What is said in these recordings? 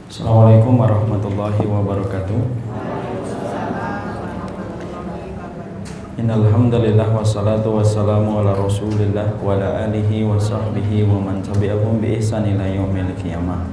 Assalamualaikum warahmatullahi wabarakatuh. Innal hamdalillah wassalatu wassalamu ala Rasulillah wa ala alihi wa sahbihi wa man tabi'ahum bi ihsan ila yaumil qiyamah.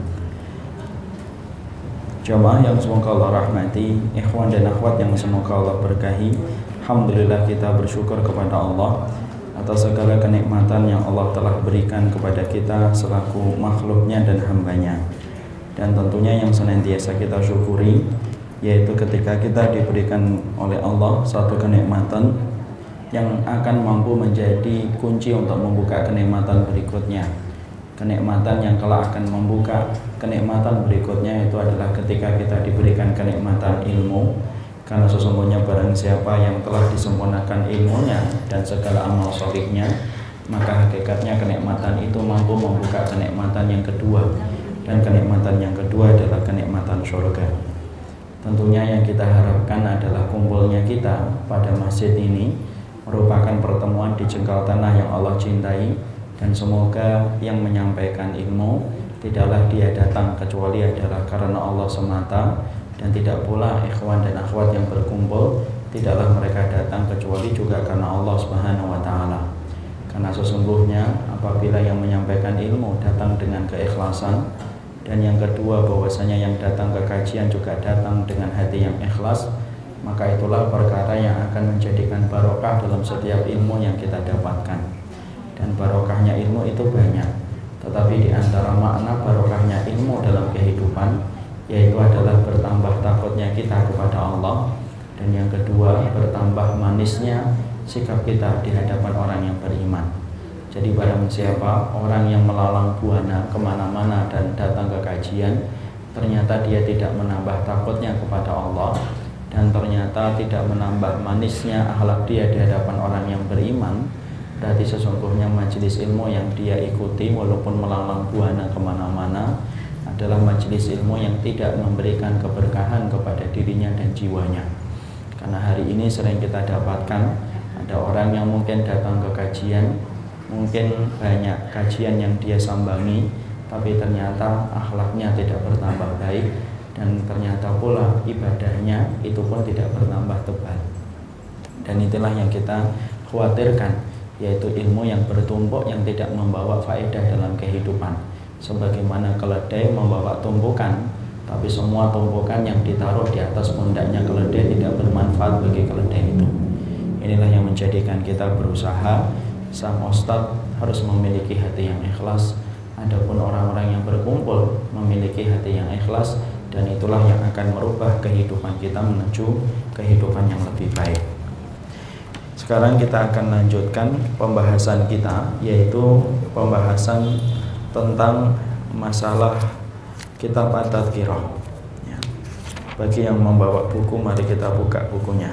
Jamaah yang semoga Allah rahmati, ikhwan dan akhwat yang semoga Allah berkahi. Alhamdulillah kita bersyukur kepada Allah atas segala kenikmatan yang Allah telah berikan kepada kita selaku makhluknya dan hambanya. Dan tentunya yang senantiasa kita syukuri yaitu ketika kita diberikan oleh Allah satu kenikmatan yang akan mampu menjadi kunci untuk membuka kenikmatan berikutnya. Kenikmatan yang kelak akan membuka kenikmatan berikutnya itu adalah ketika kita diberikan kenikmatan ilmu. Karena sesungguhnya barang siapa yang telah disempurnakan ilmunya dan segala amal solihnya, maka hakikatnya kenikmatan itu mampu membuka kenikmatan yang kedua. Dan kenikmatan yang kedua adalah kenikmatan surga. Tentunya yang kita harapkan adalah kumpulnya kita pada masjid ini merupakan pertemuan di jengkal tanah yang Allah cintai. Dan semoga yang menyampaikan ilmu tidaklah dia datang kecuali adalah karena Allah semata. Dan tidak pula ikhwan dan akhwat yang berkumpul tidaklah mereka datang kecuali juga karena Allah Subhanahu wa ta'ala. Karena sesungguhnya apabila yang menyampaikan ilmu datang dengan keikhlasan, dan yang kedua bahwasanya yang datang ke kajian juga datang dengan hati yang ikhlas, maka itulah perkara yang akan menjadikan barokah dalam setiap ilmu yang kita dapatkan. Dan barokahnya ilmu itu banyak, tetapi di antara makna barokahnya ilmu dalam kehidupan yaitu adalah bertambah takutnya kita kepada Allah, dan yang kedua bertambah manisnya sikap kita di hadapan orang yang beriman. Jadi barang siapa orang yang melalang buana kemana-mana dan datang ke kajian, ternyata dia tidak menambah takutnya kepada Allah, dan ternyata tidak menambah manisnya akhlak dia di hadapan orang yang beriman, berarti sesungguhnya majelis ilmu yang dia ikuti walaupun melalang buana kemana-mana adalah majelis ilmu yang tidak memberikan keberkahan kepada dirinya dan jiwanya. Karena hari ini sering kita dapatkan ada orang yang mungkin datang ke kajian, mungkin banyak kajian yang dia sambangi, tapi ternyata akhlaknya tidak bertambah baik, dan ternyata pula ibadahnya itu pun tidak bertambah tebal. Dan itulah yang kita khawatirkan, yaitu ilmu yang bertumpuk yang tidak membawa faedah dalam kehidupan. Sebagaimana keledai membawa tumpukan, tapi semua tumpukan yang ditaruh di atas pundaknya keledai tidak bermanfaat bagi keledai itu. Inilah yang menjadikan kita berusaha. Sang ustadz harus memiliki hati yang ikhlas, adapun orang-orang yang berkumpul memiliki hati yang ikhlas, dan itulah yang akan merubah kehidupan kita menuju kehidupan yang lebih baik. Sekarang kita akan lanjutkan pembahasan kita, yaitu pembahasan tentang masalah kitab At-Tadhkirah. Ya. Bagi yang membawa buku, mari kita buka bukunya.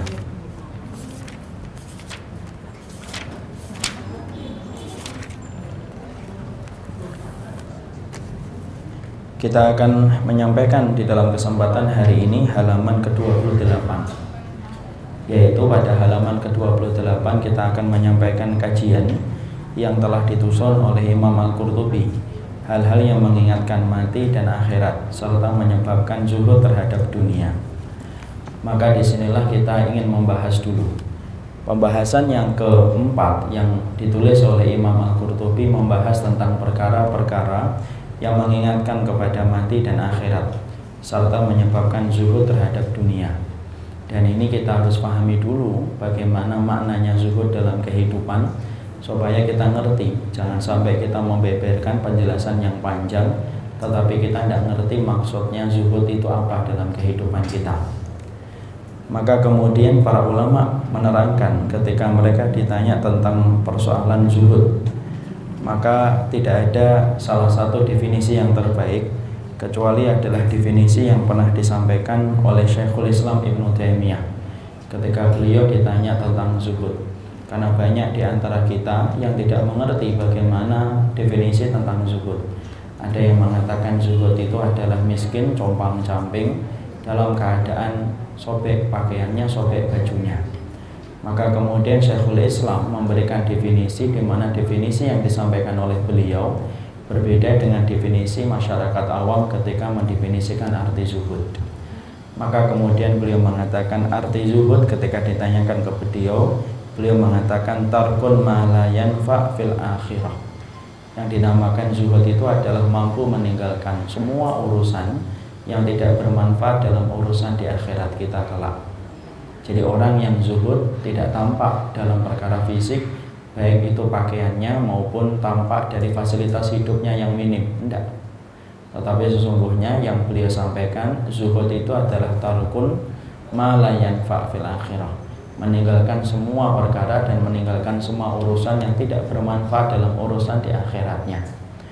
Kita akan menyampaikan di dalam kesempatan hari ini halaman ke-28. Yaitu pada halaman ke-28 kita akan menyampaikan kajian yang telah disusun oleh Imam Al-Qurtubi, hal-hal yang mengingatkan mati dan akhirat serta menyebabkan zuhud terhadap dunia. Maka disinilah kita ingin membahas dulu. Pembahasan yang keempat yang ditulis oleh Imam Al-Qurtubi membahas tentang perkara-perkara yang mengingatkan kepada mati dan akhirat serta menyebabkan zuhud terhadap dunia. Dan ini kita harus pahami dulu bagaimana maknanya zuhud dalam kehidupan, supaya kita ngerti. Jangan sampai kita membeberkan penjelasan yang panjang tetapi kita tidak ngerti maksudnya zuhud itu apa dalam kehidupan kita. Maka kemudian para ulama menerangkan ketika mereka ditanya tentang persoalan zuhud, maka tidak ada salah satu definisi yang terbaik kecuali adalah definisi yang pernah disampaikan oleh Syekhul Islam Ibnu Taimiyah ketika beliau ditanya tentang zuhud. Karena banyak di antara kita yang tidak mengerti bagaimana definisi tentang zuhud. Ada yang mengatakan zuhud itu adalah miskin, compang-camping, dalam keadaan sobek pakaiannya, sobek bajunya. Maka kemudian Syekhul Islam memberikan definisi, di mana definisi yang disampaikan oleh beliau Berbeda dengan definisi masyarakat awam ketika mendefinisikan arti zuhud. Maka kemudian beliau mengatakan arti zuhud ketika ditanyakan ke beliau mengatakan tarkun ma la yanfa fil akhirah. Yang dinamakan zuhud itu adalah mampu meninggalkan semua urusan yang tidak bermanfaat dalam urusan di akhirat kita kelak. Jadi orang yang zuhud tidak tampak dalam perkara fisik, baik itu pakaiannya maupun tampak dari fasilitas hidupnya yang minim, tidak. Tetapi sesungguhnya yang beliau sampaikan, zuhud itu adalah tarkun ma la yanfa fil akhirah, meninggalkan semua perkara dan meninggalkan semua urusan yang tidak bermanfaat dalam urusan di akhiratnya.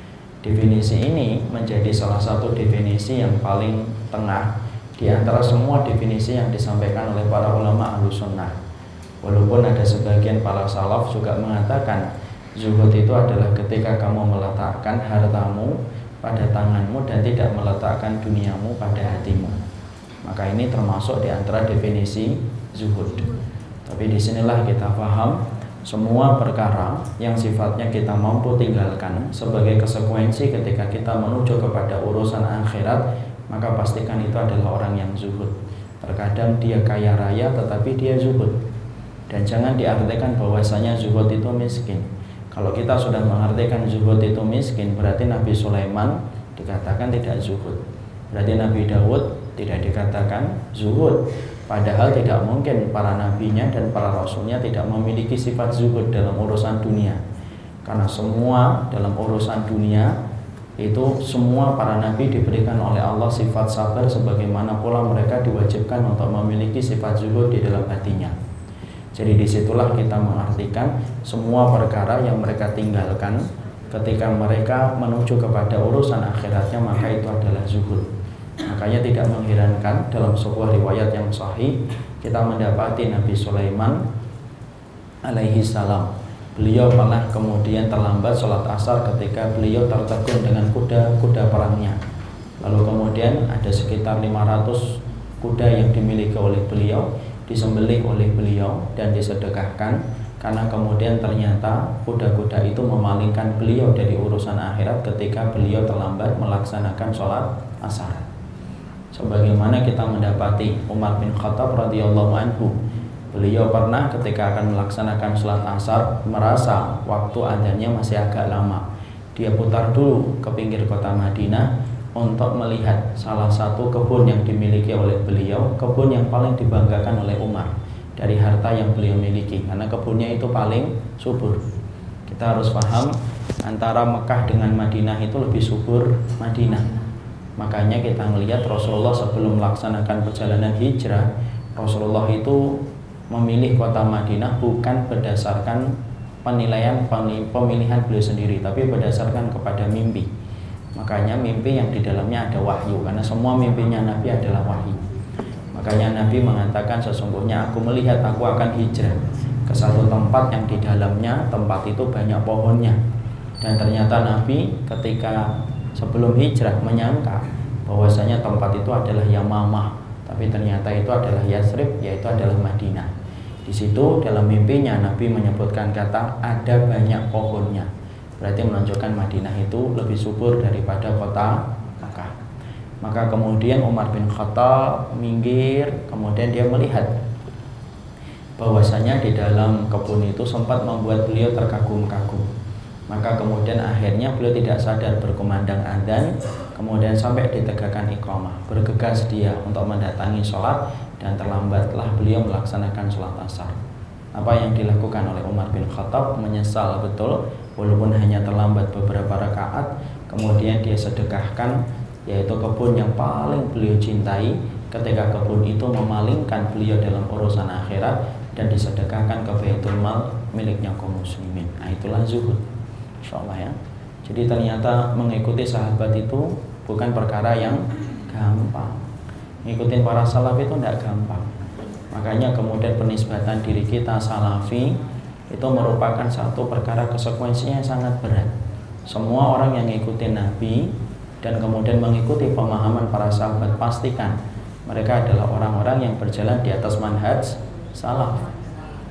Definisi ini menjadi salah satu definisi yang paling tengah di antara semua definisi yang disampaikan oleh para ulama Ahlussunnah. Walaupun ada sebagian para salaf juga mengatakan zuhud itu adalah ketika kamu meletakkan hartamu pada tanganmu dan tidak meletakkan duniamu pada hatimu. Maka ini termasuk di antara definisi zuhud. Tapi disinilah kita paham semua perkara yang sifatnya kita mampu tinggalkan sebagai konsekuensi ketika kita menuju kepada urusan akhirat, maka pastikan itu adalah orang yang zuhud. Terkadang dia kaya raya tetapi dia zuhud. Dan jangan diartikan bahwasanya zuhud itu miskin. Kalau kita sudah mengartikan zuhud itu miskin, berarti Nabi Sulaiman dikatakan tidak zuhud. Berarti Nabi Daud tidak dikatakan zuhud. Padahal tidak mungkin para nabinya dan para rasulnya tidak memiliki sifat zuhud dalam urusan dunia. Karena semua dalam urusan dunia itu semua para nabi diberikan oleh Allah sifat sabar, sebagaimana pula mereka diwajibkan untuk memiliki sifat zuhud di dalam hatinya. Jadi disitulah kita mengartikan semua perkara yang mereka tinggalkan ketika mereka menuju kepada urusan akhiratnya, maka itu adalah zuhud. Makanya tidak mengherankan dalam sebuah riwayat yang sahih kita mendapati Nabi Sulaiman alaihi salam, beliau pernah kemudian terlambat sholat asar ketika beliau tertegun dengan kuda-kuda perangnya. Lalu kemudian ada sekitar 500 kuda yang dimiliki oleh beliau, disembelih oleh beliau dan disedekahkan, karena kemudian ternyata kuda-kuda itu memalingkan beliau dari urusan akhirat ketika beliau terlambat melaksanakan sholat asar. Sebagaimana kita mendapati Umar bin Khattab radhiyallahu anhu, beliau pernah ketika akan melaksanakan sholat asar merasa waktu adzannya masih agak lama. Dia putar dulu ke pinggir kota Madinah untuk melihat salah satu kebun yang dimiliki oleh beliau, kebun yang paling dibanggakan oleh Umar dari harta yang beliau miliki, karena kebunnya itu paling subur. Kita harus paham antara Mekah dengan Madinah itu lebih subur Madinah. Makanya kita melihat Rasulullah sebelum melaksanakan perjalanan hijrah, Rasulullah itu memilih kota Madinah bukan berdasarkan pemilihan beliau sendiri, tapi berdasarkan kepada mimpi. Makanya mimpi yang di dalamnya ada wahyu, karena semua mimpinya Nabi adalah wahyu. Makanya Nabi mengatakan sesungguhnya aku melihat aku akan hijrah ke satu tempat yang di dalamnya tempat itu banyak pohonnya. Dan ternyata Nabi ketika sebelum hijrah menyangka bahwasanya tempat itu adalah Yamamah, tapi ternyata itu adalah Yathrib, yaitu adalah Madinah. Di situ dalam mimpinya Nabi menyebutkan kata ada banyak pohonnya. Berarti menunjukkan Madinah itu lebih subur daripada kota Makkah. Maka kemudian Umar bin Khattab minggir, kemudian dia melihat bahwasanya di dalam kebun itu sempat membuat beliau terkagum-kagum. Maka kemudian akhirnya beliau tidak sadar berkumandang adzan, kemudian sampai ditegakkan iqamah. Bergegas dia untuk mendatangi sholat dan terlambatlah beliau melaksanakan sholat asar. Apa yang dilakukan oleh Umar bin Khattab, menyesal betul, walaupun hanya terlambat beberapa rakaat, kemudian dia sedekahkan, yaitu kebun yang paling beliau cintai, ketika kebun itu memalingkan beliau dalam urusan akhirat, dan disedekahkan ke Baitul Mal miliknya kaum muslimin. Nah itulah zuhud, insyaallah ya. Jadi ternyata mengikuti sahabat itu bukan perkara yang gampang. Ngikutin para salaf itu tidak gampang. Makanya kemudian penisbatan diri kita salafi itu merupakan satu perkara konsekuensinya yang sangat berat. Semua orang yang ngikutin Nabi dan kemudian mengikuti pemahaman para sahabat, pastikan mereka adalah orang-orang yang berjalan di atas manhaj salaf.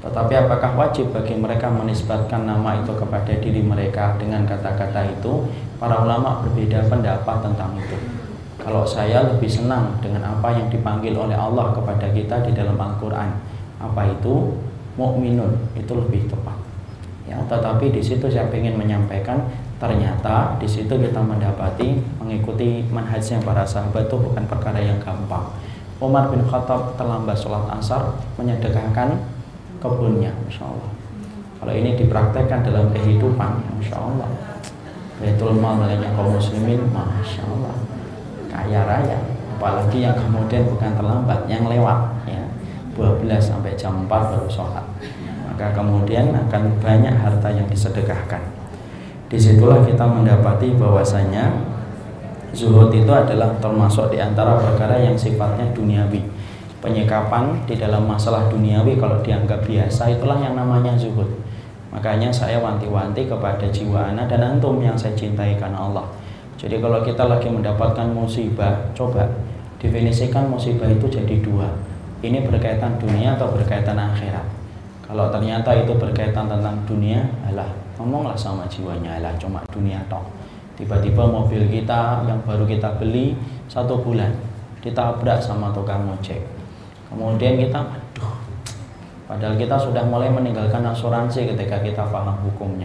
Tetapi apakah wajib bagi mereka menisbatkan nama itu kepada diri mereka dengan kata-kata itu? Para ulama berbeda pendapat tentang itu. Kalau saya lebih senang dengan apa yang dipanggil oleh Allah kepada kita di dalam Al-Quran. Apa itu? Mukminun, itu lebih tepat. Ya, tetapi di situ saya ingin menyampaikan, ternyata di situ kita mendapati mengikuti manhajnya para sahabat itu bukan perkara yang gampang. Umar bin Khattab terlambat sholat asar menyedekahkan kebunnya, Masya Allah. Kalau ini dipraktekkan dalam kehidupan, Masya Allah, Baitul Mal miliknya kaum muslimin, Masya Allah, kaya raya. Apalagi yang kemudian bukan terlambat, yang lewat ya, 12 sampai jam 4 baru sholat, maka kemudian akan banyak harta yang disedekahkan. Disitulah kita mendapati bahwasanya zuhud itu adalah termasuk di antara perkara yang sifatnya duniawi. Penyikapan di dalam masalah duniawi kalau dianggap biasa, itulah yang namanya zuhud. Makanya saya wanti-wanti kepada jiwa anak dan antum yang saya cintai karena Allah. Jadi kalau kita lagi mendapatkan musibah, coba definisikan musibah itu jadi dua. Ini berkaitan dunia atau berkaitan akhirat. Kalau ternyata itu berkaitan tentang dunia, alah, ngomonglah sama jiwanya, alah cuma dunia toh. Tiba-tiba mobil kita yang baru kita beli 1 bulan ditabrak sama tukang ojek. Kemudian kita, aduh, padahal kita sudah mulai meninggalkan asuransi ketika kita paham hukumnya.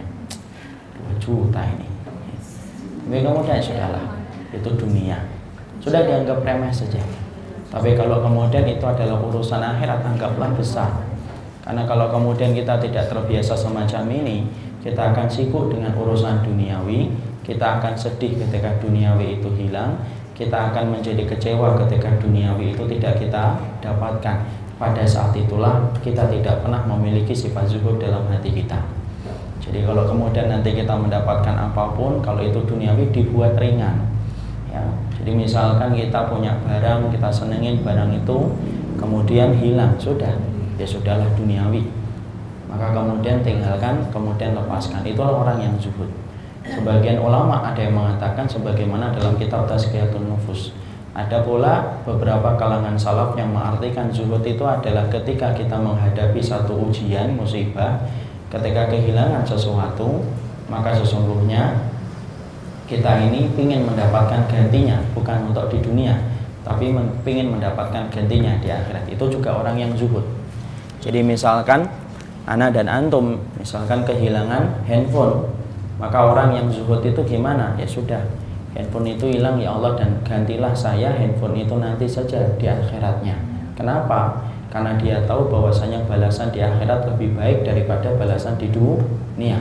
2 juta ini. Tapi kemudian sudahlah, itu dunia. Sudah dianggap remeh saja. Tapi kalau kemudian itu adalah urusan akhirat, anggaplah besar. Karena kalau kemudian kita tidak terbiasa semacam ini, kita akan sibuk dengan urusan duniawi, kita akan sedih ketika duniawi itu hilang, kita akan menjadi kecewa ketika duniawi itu tidak kita dapatkan. Pada saat itulah kita tidak pernah memiliki sifat zuhud dalam hati kita. Jadi kalau kemudian nanti kita mendapatkan apapun, kalau itu duniawi dibuat ringan ya. Jadi misalkan kita punya barang, kita senengin barang itu, kemudian hilang, sudah, ya sudahlah duniawi, maka kemudian tinggalkan, kemudian lepaskan. Itulah orang yang zuhud. Sebagian ulama ada yang mengatakan sebagaimana dalam kitab Tazkiyatun Nufus. Ada pula beberapa kalangan salaf yang mengartikan zuhud itu adalah ketika kita menghadapi satu ujian, musibah, ketika kehilangan sesuatu, maka sesungguhnya kita ini ingin mendapatkan gantinya, bukan untuk di dunia, tapi ingin mendapatkan gantinya di akhirat. Itu juga orang yang zuhud. Jadi misalkan ana dan antum misalkan kehilangan handphone, maka orang yang zuhud itu gimana? Ya sudah, handphone itu hilang ya Allah, dan gantilah saya handphone itu nanti saja di akhiratnya. Kenapa? Karena dia tahu bahwasanya balasan di akhirat lebih baik daripada balasan di dunia.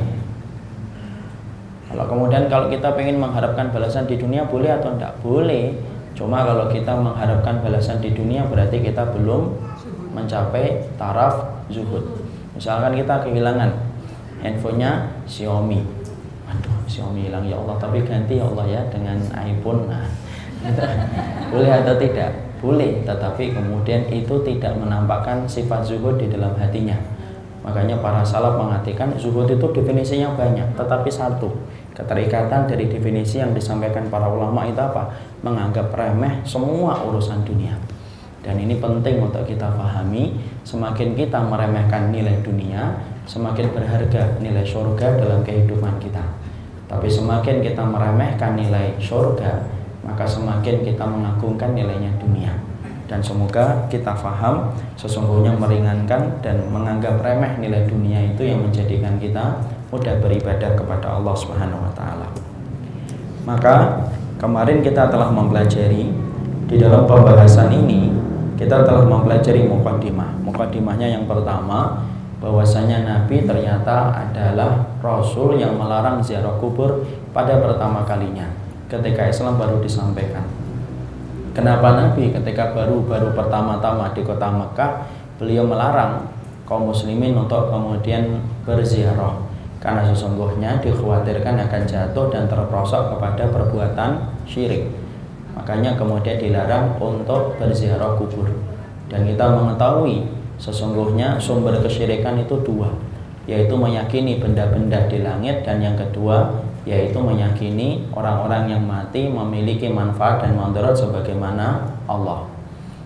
Kalau kita pengen mengharapkan balasan di dunia, boleh atau tidak? Boleh. Cuma kalau kita mengharapkan balasan di dunia, berarti kita belum mencapai taraf zuhud. Misalkan kita kehilangan handphonenya Xiaomi, aduh Xiaomi hilang ya Allah, tapi ganti ya Allah ya dengan iPhone. Nah, boleh atau tidak? Boleh, tetapi kemudian itu tidak menampakkan sifat zuhud di dalam hatinya. Makanya para salaf mengatakan zuhud itu definisinya banyak, tetapi satu, keterikatan dari definisi yang disampaikan para ulama itu apa? Menganggap remeh semua urusan dunia. Dan ini penting untuk kita pahami. Semakin kita meremehkan nilai dunia, semakin berharga nilai surga dalam kehidupan kita. Tapi semakin kita meremehkan nilai surga, maka semakin kita mengagungkan nilainya dunia. Dan semoga kita paham sesungguhnya meringankan dan menganggap remeh nilai dunia itu yang menjadikan kita mudah beribadah kepada Allah Subhanahu wa taala. Maka kemarin kita telah mempelajari di dalam pembahasan ini, kita telah mempelajari muqaddimah. Muqaddimahnya yang pertama, bahwasanya Nabi ternyata adalah Rasul yang melarang ziarah kubur pada pertama kalinya ketika Islam baru disampaikan. Kenapa Nabi ketika baru pertama-tama di kota Mekah beliau melarang kaum muslimin untuk kemudian berziarah? Karena sesungguhnya dikhawatirkan akan jatuh dan terperosok kepada perbuatan syirik. Makanya kemudian dilarang untuk berziarah kubur. Dan kita mengetahui sesungguhnya sumber kesyirikan itu dua, yaitu meyakini benda-benda di langit, dan yang kedua yaitu meyakini orang-orang yang mati memiliki manfaat dan mudarat sebagaimana Allah.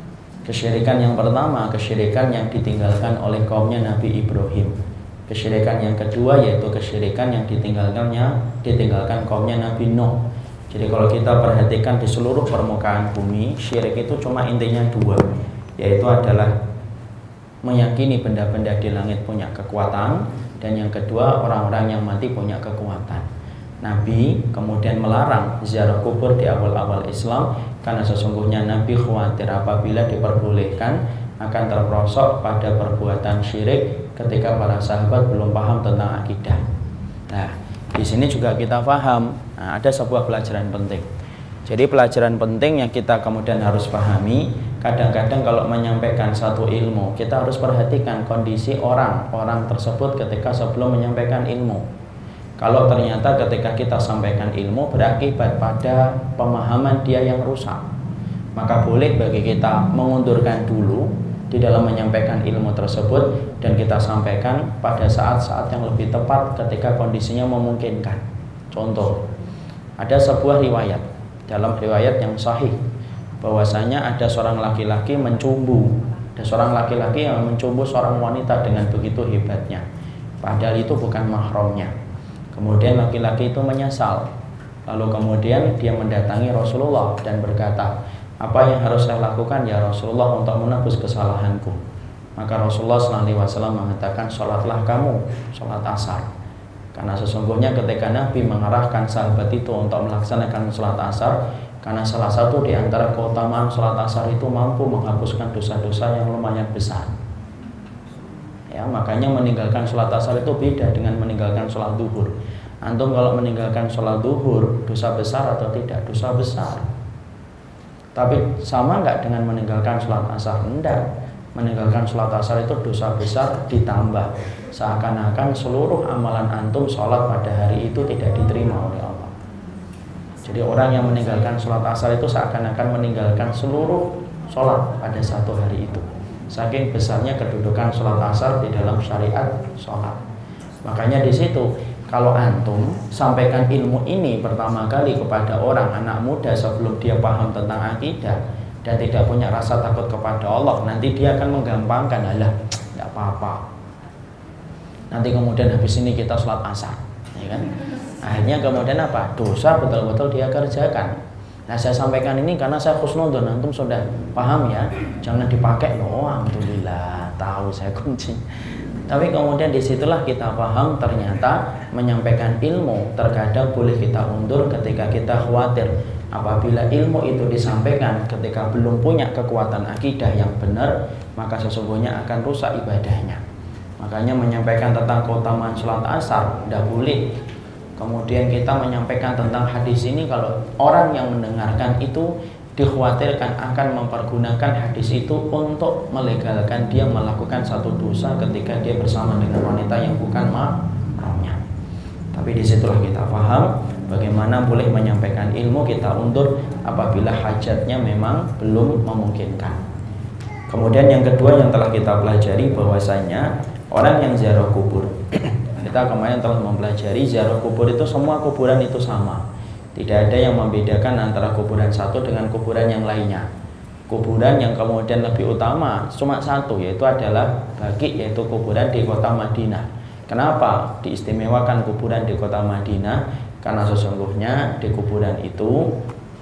Kesyirikan yang pertama, kesyirikan yang ditinggalkan oleh kaumnya Nabi Ibrahim. Kesyirikan yang kedua yaitu kesyirikan yang ditinggalkan kaumnya Nabi Nuh. Jadi kalau kita perhatikan di seluruh permukaan bumi, syirik itu cuma intinya dua, yaitu adalah meyakini benda-benda di langit punya kekuatan, dan yang kedua orang-orang yang mati punya kekuatan. Nabi kemudian melarang ziarah kubur di awal-awal Islam karena sesungguhnya Nabi khawatir apabila diperbolehkan akan terperosok pada perbuatan syirik ketika para sahabat belum paham tentang akidah. Nah, di sini juga kita paham, ada sebuah pelajaran penting. Jadi pelajaran penting yang kita kemudian harus pahami, kadang-kadang kalau menyampaikan satu ilmu, kita harus perhatikan kondisi orang tersebut ketika sebelum menyampaikan ilmu. Kalau ternyata ketika kita sampaikan ilmu berakibat pada pemahaman dia yang rusak, maka boleh bagi kita mengundurkan dulu di dalam menyampaikan ilmu tersebut, dan kita sampaikan pada saat-saat yang lebih tepat ketika kondisinya memungkinkan. Contoh, ada sebuah riwayat, dalam riwayat yang sahih, bahwasanya ada seorang laki-laki mencumbu, ada seorang laki-laki yang mencumbu seorang wanita dengan begitu hebatnya, padahal itu bukan mahramnya. Kemudian laki-laki itu menyesal, lalu kemudian dia mendatangi Rasulullah dan berkata, apa yang harus saya lakukan ya Rasulullah untuk menebus kesalahanku? Maka Rasulullah SAW mengatakan, sholatlah kamu, sholat asar. Karena sesungguhnya ketika Nabi mengarahkan sahabat itu untuk melaksanakan sholat asar, karena salah satu di antara keutamaan sholat asar itu mampu menghapuskan dosa-dosa yang lumayan besar. Ya, makanya meninggalkan sholat asar itu beda dengan meninggalkan sholat duhur. Antum kalau meninggalkan sholat duhur, dosa besar atau tidak? Dosa besar. Tapi sama nggak dengan meninggalkan sholat asar? Enggak. Meninggalkan sholat asar itu dosa besar ditambah, seakan-akan seluruh amalan antum sholat pada hari itu tidak diterima oleh Allah. Jadi orang yang meninggalkan sholat asar itu seakan-akan meninggalkan seluruh sholat pada satu hari itu, saking besarnya kedudukan sholat asar di dalam syariat sholat. Makanya di situ kalau antum sampaikan ilmu ini pertama kali kepada orang anak muda sebelum dia paham tentang akidah dan tidak punya rasa takut kepada Allah, nanti dia akan menggampangkan, alah, tidak apa-apa. Nanti kemudian habis ini kita sholat asar, ya kan? Akhirnya kemudian apa? Dosa betul-betul dia kerjakan. Nah, saya sampaikan ini karena saya khusnudzon, antum sudah paham ya, jangan dipakai loh. Alhamdulillah, tahu saya kunci. Tapi kemudian disitulah kita paham ternyata menyampaikan ilmu terkadang boleh kita undur ketika kita khawatir apabila ilmu itu disampaikan ketika belum punya kekuatan akidah yang benar, maka sesungguhnya akan rusak ibadahnya. Makanya menyampaikan tentang keutamaan sholat asar tidak boleh. Kemudian kita menyampaikan tentang hadis ini, kalau orang yang mendengarkan itu dikhawatirkan akan mempergunakan hadis itu untuk melegalkan dia melakukan satu dosa ketika dia bersama dengan wanita yang bukan mahramnya. Tapi disitulah kita paham bagaimana boleh menyampaikan ilmu kita undur apabila hajatnya memang belum memungkinkan. Kemudian yang kedua yang telah kita pelajari bahwasanya orang yang ziarah kubur, kita kemarin telah mempelajari ziarah kubur itu semua kuburan itu sama. Tidak ada yang membedakan antara kuburan satu dengan kuburan yang lainnya. Kuburan yang kemudian lebih utama cuma satu, yaitu adalah Baqi, yaitu kuburan di kota Madinah. Kenapa diistimewakan kuburan di kota Madinah? Karena sesungguhnya di kuburan itu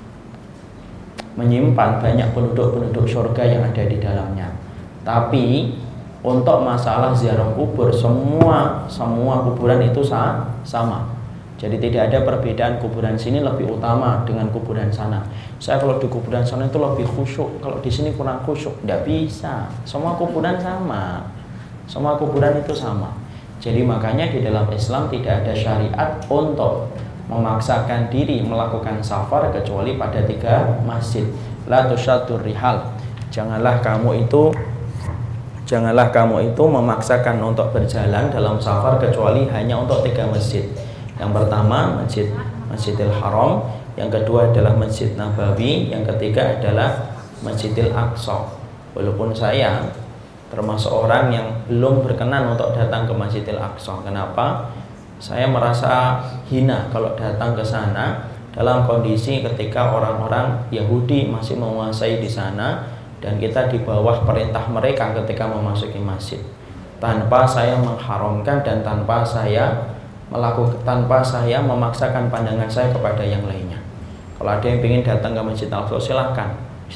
menyimpan banyak penduduk-penduduk surga yang ada di dalamnya. Tapi untuk masalah ziarah kubur, semua kuburan itu sama. Jadi tidak ada perbedaan kuburan sini lebih utama dengan kuburan sana. Saya kalau di kuburan sana itu lebih khusyuk, kalau di sini kurang khusyuk. Tidak bisa. Semua kuburan sama. Semua kuburan itu sama. Jadi makanya di dalam Islam tidak ada syariat untuk memaksakan diri melakukan safar kecuali pada 3 masjid. La tusyaddur rihal. Janganlah kamu itu memaksakan untuk berjalan dalam safar kecuali hanya untuk 3 masjid. Yang pertama Masjidil Haram, yang kedua adalah Masjid Nabawi, yang ketiga adalah Masjidil Aqsa. Walaupun saya termasuk orang yang belum berkenan untuk datang ke Masjidil Aqsa. Kenapa? Saya merasa hina kalau datang ke sana dalam kondisi ketika orang-orang Yahudi masih menguasai di sana, dan kita di bawah perintah mereka ketika memasuki masjid, tanpa saya mengharamkan dan tanpa saya memaksakan pandangan saya kepada yang lainnya. Kalau ada yang ingin datang ke Masjid Al-Aqsa, silahkan.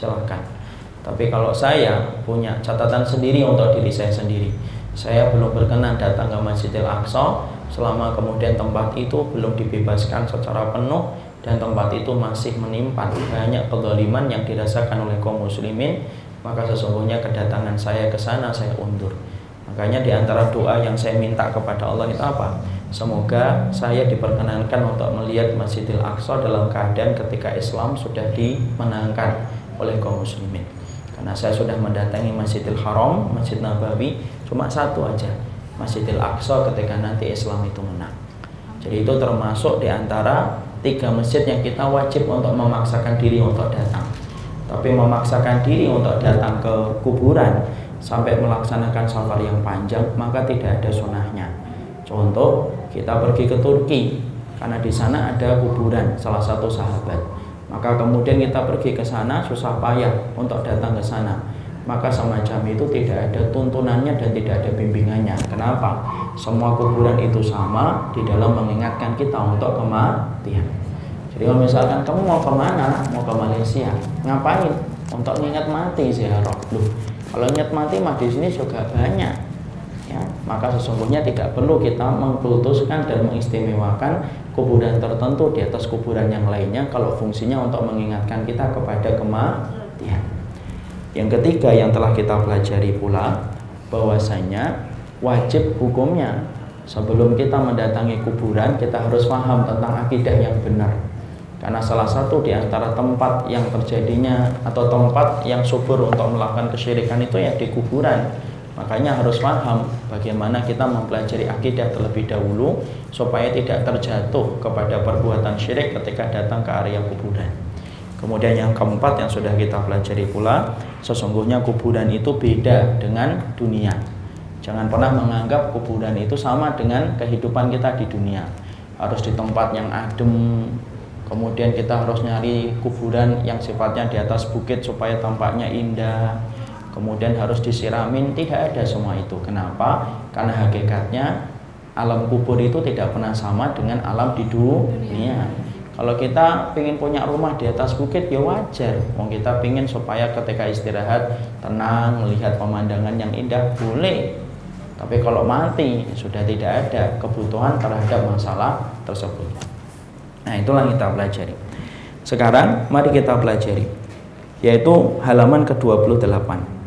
Tapi kalau saya punya catatan sendiri untuk diri saya sendiri, saya belum berkenan datang ke Masjidil Aqsa selama kemudian tempat itu belum dibebaskan secara penuh dan tempat itu masih menyimpan banyak kezaliman yang dirasakan oleh kaum muslimin, maka sesungguhnya kedatangan saya ke sana saya undur. Makanya di antara doa yang saya minta kepada Allah itu apa? Semoga saya diperkenankan untuk melihat Masjidil Aqsa dalam keadaan ketika Islam sudah dimenangkan oleh kaum muslimin. Karena saya sudah mendatangi Masjidil Haram, Masjid Nabawi, cuma satu aja, Masjidil Aqsa ketika nanti Islam itu menang. Jadi itu termasuk di antara 3 masjid yang kita wajib untuk memaksakan diri untuk datang. Tapi memaksakan diri untuk datang ke kuburan sampai melaksanakan safar yang panjang, maka tidak ada sunahnya. Contoh, kita pergi ke Turki karena di sana ada kuburan salah satu sahabat. Maka kemudian kita pergi ke sana susah payah untuk datang ke sana. Maka semacam itu tidak ada tuntunannya dan tidak ada bimbingannya. Kenapa? Semua kuburan itu sama di dalam mengingatkan kita untuk kematian. Jadi kalau misalkan kamu mau kemana? Mau ke Malaysia, ngapain? Untuk mengingat mati ziarah. Loh, kalau ingat mati mah di sini juga banyak. Ya, maka sesungguhnya tidak perlu kita mengkultuskan dan mengistimewakan kuburan tertentu di atas kuburan yang lainnya kalau fungsinya untuk mengingatkan kita kepada kematian. Yang ketiga yang telah kita pelajari pula, bahwasanya wajib hukumnya sebelum kita mendatangi kuburan kita harus paham tentang akidah yang benar. Karena salah satu di antara tempat yang terjadinya atau tempat yang subur untuk melakukan kesyirikan itu ya di kuburan. Makanya harus paham bagaimana kita mempelajari akidah terlebih dahulu supaya tidak terjatuh kepada perbuatan syirik ketika datang ke area kuburan. Kemudian yang keempat yang sudah kita pelajari pula, sesungguhnya kuburan itu beda dengan dunia. Jangan pernah menganggap kuburan itu sama dengan kehidupan kita di dunia. Harus di tempat yang adem, kemudian kita harus nyari kuburan yang sifatnya di atas bukit supaya tampaknya indah. Kemudian harus disiramin, tidak ada semua itu. Kenapa? Karena hakikatnya alam kubur itu tidak pernah sama dengan alam di dunia. Kalau kita ingin punya rumah di atas bukit ya wajar. Kita ingin supaya ketika istirahat tenang, melihat pemandangan yang indah, boleh. Tapi kalau mati sudah tidak ada kebutuhan terhadap masalah tersebut. Nah, itulah yang kita pelajari. Sekarang mari kita pelajari, yaitu halaman ke-28.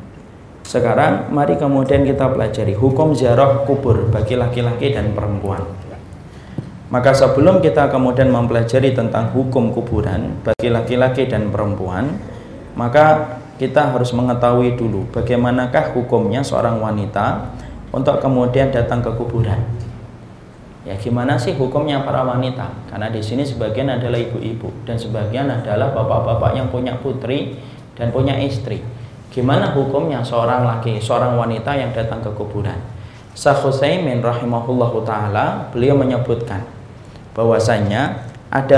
Sekarang mari kemudian kita pelajari hukum ziarah kubur bagi laki-laki dan perempuan. Maka sebelum kita kemudian mempelajari tentang hukum kuburan bagi laki-laki dan perempuan, maka kita harus mengetahui dulu bagaimanakah hukumnya seorang wanita untuk kemudian datang ke kuburan. Ya, gimana sih hukumnya para wanita? Karena di sini sebagian adalah ibu-ibu dan sebagian adalah bapak-bapak yang punya putri dan punya istri. Gimana hukumnya seorang wanita yang datang ke kuburan? Syekh Utsaimin rahimahullahu taala beliau menyebutkan bahwasanya ada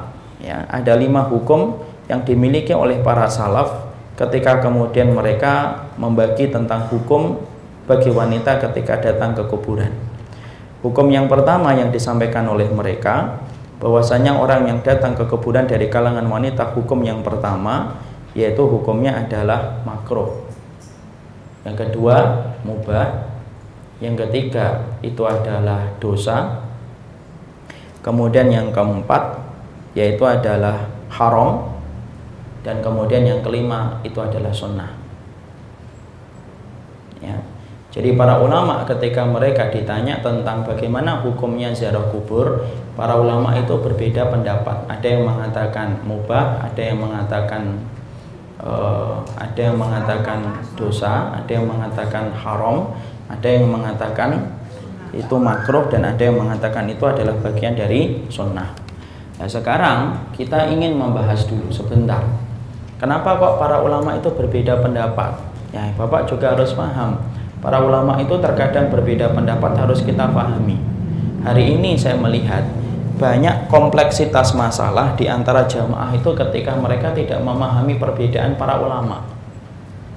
5 hukum yang dimiliki oleh para salaf ketika kemudian mereka membagi tentang hukum bagi wanita ketika datang ke kuburan. Hukum yang pertama yang disampaikan oleh mereka bahwasanya orang yang datang ke kuburan dari kalangan wanita, hukum yang pertama yaitu hukumnya adalah makruh. Yang kedua mubah. Yang ketiga itu adalah dosa. Kemudian yang keempat yaitu adalah haram. Dan kemudian yang kelima itu adalah sunnah. Ya. Jadi para ulama ketika mereka ditanya tentang bagaimana hukumnya ziarah kubur, para ulama itu berbeda pendapat. Ada yang mengatakan mubah, ada yang mengatakan dosa, ada yang mengatakan haram, ada yang mengatakan itu makruh, dan ada yang mengatakan itu adalah bagian dari sunnah. Nah, sekarang kita ingin membahas dulu sebentar. Kenapa kok para ulama itu berbeda pendapat? Ya, Bapak juga harus paham. Para ulama itu terkadang berbeda pendapat, harus kita pahami. Hari ini saya melihat banyak kompleksitas masalah di antara jamaah itu ketika mereka tidak memahami perbedaan para ulama.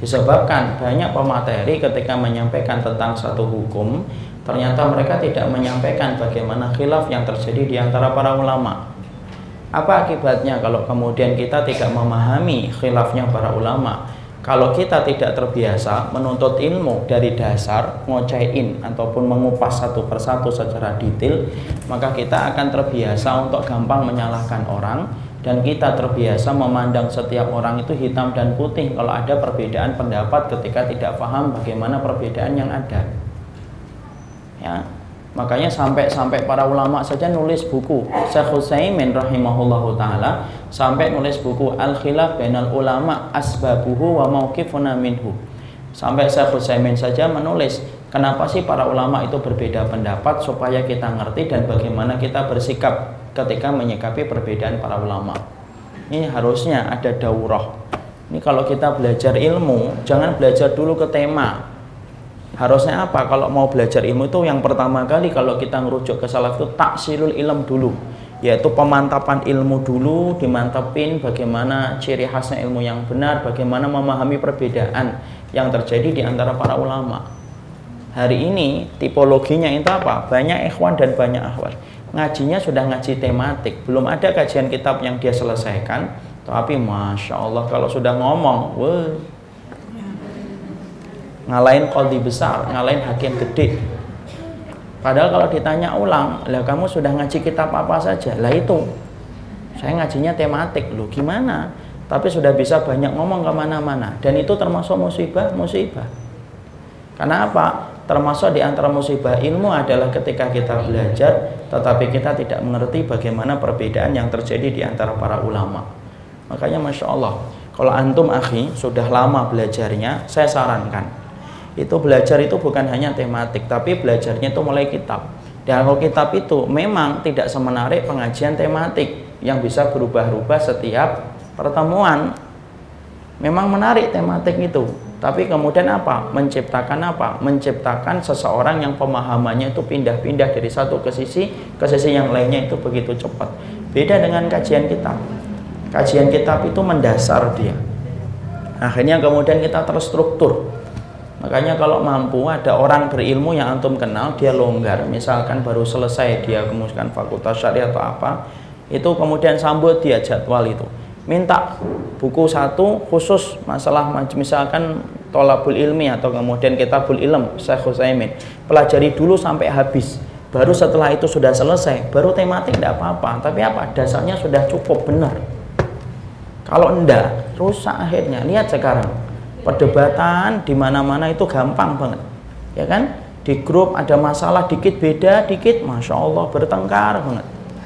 Disebabkan banyak pemateri ketika menyampaikan tentang satu hukum, ternyata mereka tidak menyampaikan bagaimana khilaf yang terjadi di antara para ulama. Apa akibatnya kalau kemudian kita tidak memahami khilafnya para ulama? Kalau kita tidak terbiasa menuntut ilmu dari dasar, ngocehin ataupun mengupas satu persatu secara detail, maka kita akan terbiasa untuk gampang menyalahkan orang, dan kita terbiasa memandang setiap orang itu hitam dan putih kalau ada perbedaan pendapat ketika tidak paham bagaimana perbedaan yang ada. Ya, makanya sampai para ulama saja nulis buku. Syekh Utsaimin rahimahullahu taala sampai nulis buku Al-Khilaf Bainal Ulama Asbabuhu wa Mauqifuna Minhu. Sampai Syekh Utsaimin saja menulis kenapa sih para ulama itu berbeda pendapat, supaya kita ngerti dan bagaimana kita bersikap ketika menyikapi perbedaan para ulama. Ini harusnya ada daurah. Ini kalau kita belajar ilmu, jangan belajar dulu ke tema. Harusnya apa? Kalau mau belajar ilmu itu yang pertama kali kalau kita ngerujuk ke salaf itu taksilul ilm dulu, yaitu pemantapan ilmu dulu, dimantapin bagaimana ciri khasnya ilmu yang benar, bagaimana memahami perbedaan yang terjadi di antara para ulama. Hari ini tipologinya itu apa? Banyak ikhwan dan banyak akhwat. Ngajinya sudah ngaji tematik, belum ada kajian kitab yang dia selesaikan, tapi Masya Allah kalau sudah ngomong, wah, ngalahin qadhi besar, ngalahin hakim gede. Padahal kalau ditanya ulang, lah kamu sudah ngaji kitab apa saja? Lah itu, saya ngajinya tematik, loh gimana? Tapi sudah bisa banyak ngomong kemana-mana, dan itu termasuk musibah. Karena apa? Termasuk di antara musibah ilmu adalah ketika kita belajar, tetapi kita tidak mengerti bagaimana perbedaan yang terjadi di antara para ulama. Makanya Masya Allah, kalau antum akhi sudah lama belajarnya, saya sarankan itu belajar itu bukan hanya tematik, tapi belajarnya itu mulai kitab. Dan kalau kitab itu memang tidak semenarik pengajian tematik yang bisa berubah-ubah setiap pertemuan. Memang menarik tematik itu, tapi kemudian apa? Menciptakan seseorang yang pemahamannya itu pindah-pindah dari satu ke sisi yang lainnya itu begitu cepat. Beda dengan kajian kitab. Kajian kitab itu mendasar dia. Akhirnya kemudian kita terstruktur. Makanya kalau mampu ada orang berilmu yang antum kenal, dia longgar, misalkan baru selesai dia kemudian fakultas syariah atau apa, itu kemudian sambut dia jadwal itu. Minta buku satu khusus masalah misalkan tolabul ilmi atau kemudian kitabul ilm Syekh Utsaimin, pelajari dulu sampai habis, baru setelah itu sudah selesai baru tematik, tidak apa-apa, tapi apa dasarnya sudah cukup benar. Kalau enggak rusak akhirnya. Lihat sekarang perdebatan di mana-mana itu gampang banget, ya kan? Di grup ada masalah dikit beda dikit, Masya Allah bertengkar banget,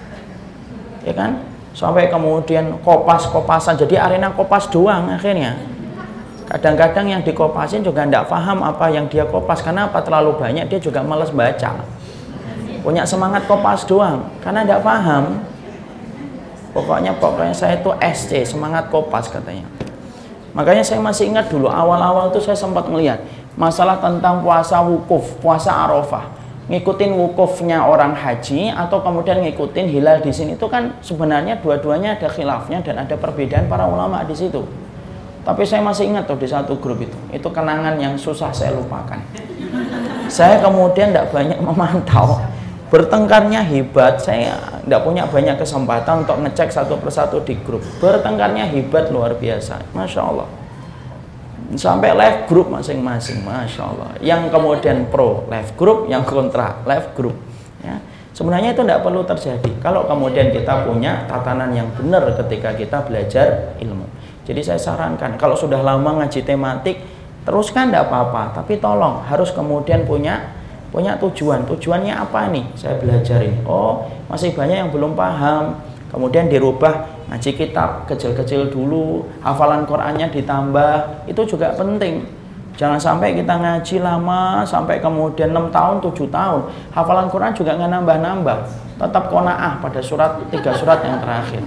ya kan? Sampai kemudian kopas-kopasan, jadi arena kopas doang akhirnya. Kadang-kadang yang dikopasin juga tidak paham apa yang dia kopas, karena apa? Terlalu banyak, dia juga malas baca. Punya semangat kopas doang, karena tidak paham. Pokoknya saya itu SC, semangat kopas katanya. Makanya saya masih ingat dulu, awal-awal itu saya sempat melihat masalah tentang puasa wukuf, puasa Arafah. Ngikutin wukufnya orang haji atau kemudian ngikutin hilal di sini, itu kan sebenarnya dua-duanya ada khilafnya dan ada perbedaan para ulama di situ. Tapi saya masih ingat tuh di satu grup itu kenangan yang susah saya lupakan. Saya kemudian tidak banyak memantau, bertengkarnya hebat, saya tidak punya banyak kesempatan untuk ngecek satu persatu di grup. Bertengkarnya hebat luar biasa, Masya Allah. Sampai live group masing-masing, Masya Allah. Yang kemudian pro live group, yang kontra live group, ya. Sebenarnya itu tidak perlu terjadi kalau kemudian kita punya tatanan yang benar ketika kita belajar ilmu. Jadi saya sarankan kalau sudah lama ngaji tematik, teruskan tidak apa-apa, tapi tolong harus kemudian punya tujuan. Tujuannya apa nih? Saya belajar ini. Oh, masih banyak yang belum paham. Kemudian dirubah, ngaji kitab kecil-kecil dulu, hafalan Qur'annya ditambah, itu juga penting. Jangan sampai kita ngaji lama sampai kemudian 6 tahun, 7 tahun, hafalan Qur'an juga nggak nambah-nambah, tetap qanaah pada 3 surat yang terakhir.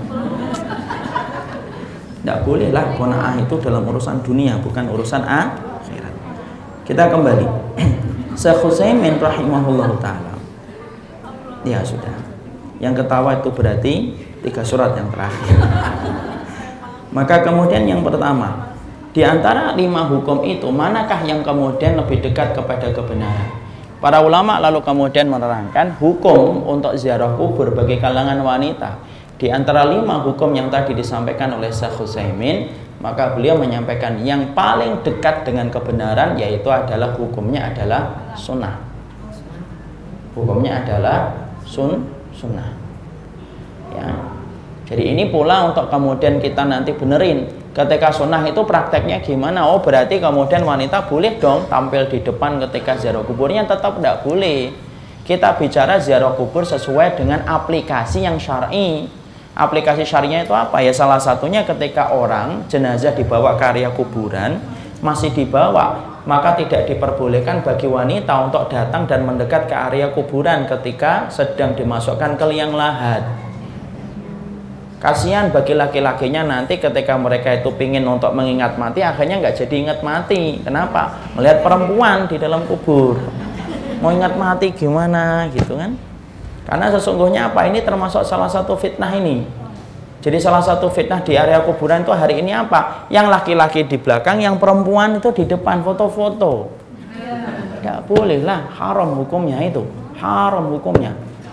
Tidak boleh lah qanaah itu dalam urusan dunia, bukan urusan akhirat. Kita kembali. Syekh Utsaimin rahimahullahu ta'ala. Ya sudah, yang ketawa itu berarti 3 surat yang terakhir. Maka kemudian yang pertama, Di antara 5 hukum itu, manakah yang kemudian lebih dekat kepada kebenaran? Para ulama lalu kemudian menerangkan hukum untuk ziarah kubur bagi kalangan wanita. Di antara 5 hukum yang tadi disampaikan oleh Syekh Utsaimin, maka beliau menyampaikan yang paling dekat dengan kebenaran yaitu adalah hukumnya adalah sunnah. Hukumnya adalah sunnah. Ya. Jadi ini pula untuk kemudian kita nanti benerin. Ketika sunnah itu prakteknya gimana? Oh berarti kemudian wanita boleh dong tampil di depan ketika ziarah kuburnya? Tetap tidak boleh. Kita bicara ziarah kubur sesuai dengan aplikasi yang syar'i. Aplikasi syarinya itu apa? Ya salah satunya ketika orang jenazah dibawa ke area kuburan, masih dibawa, maka tidak diperbolehkan bagi wanita untuk datang dan mendekat ke area kuburan ketika sedang dimasukkan ke liang lahat. Kasihan bagi laki-lakinya nanti ketika mereka itu pingin untuk mengingat mati, akhirnya nggak jadi ingat mati. Kenapa? Melihat perempuan di dalam kubur. Mau ingat mati gimana gitu kan? Karena sesungguhnya apa? Ini termasuk salah satu fitnah ini. Jadi salah satu fitnah di area kuburan itu hari ini apa? Yang laki-laki di belakang, yang perempuan itu di depan foto-foto. Nggak boleh lah, haram hukumnya itu. Haram hukumnya.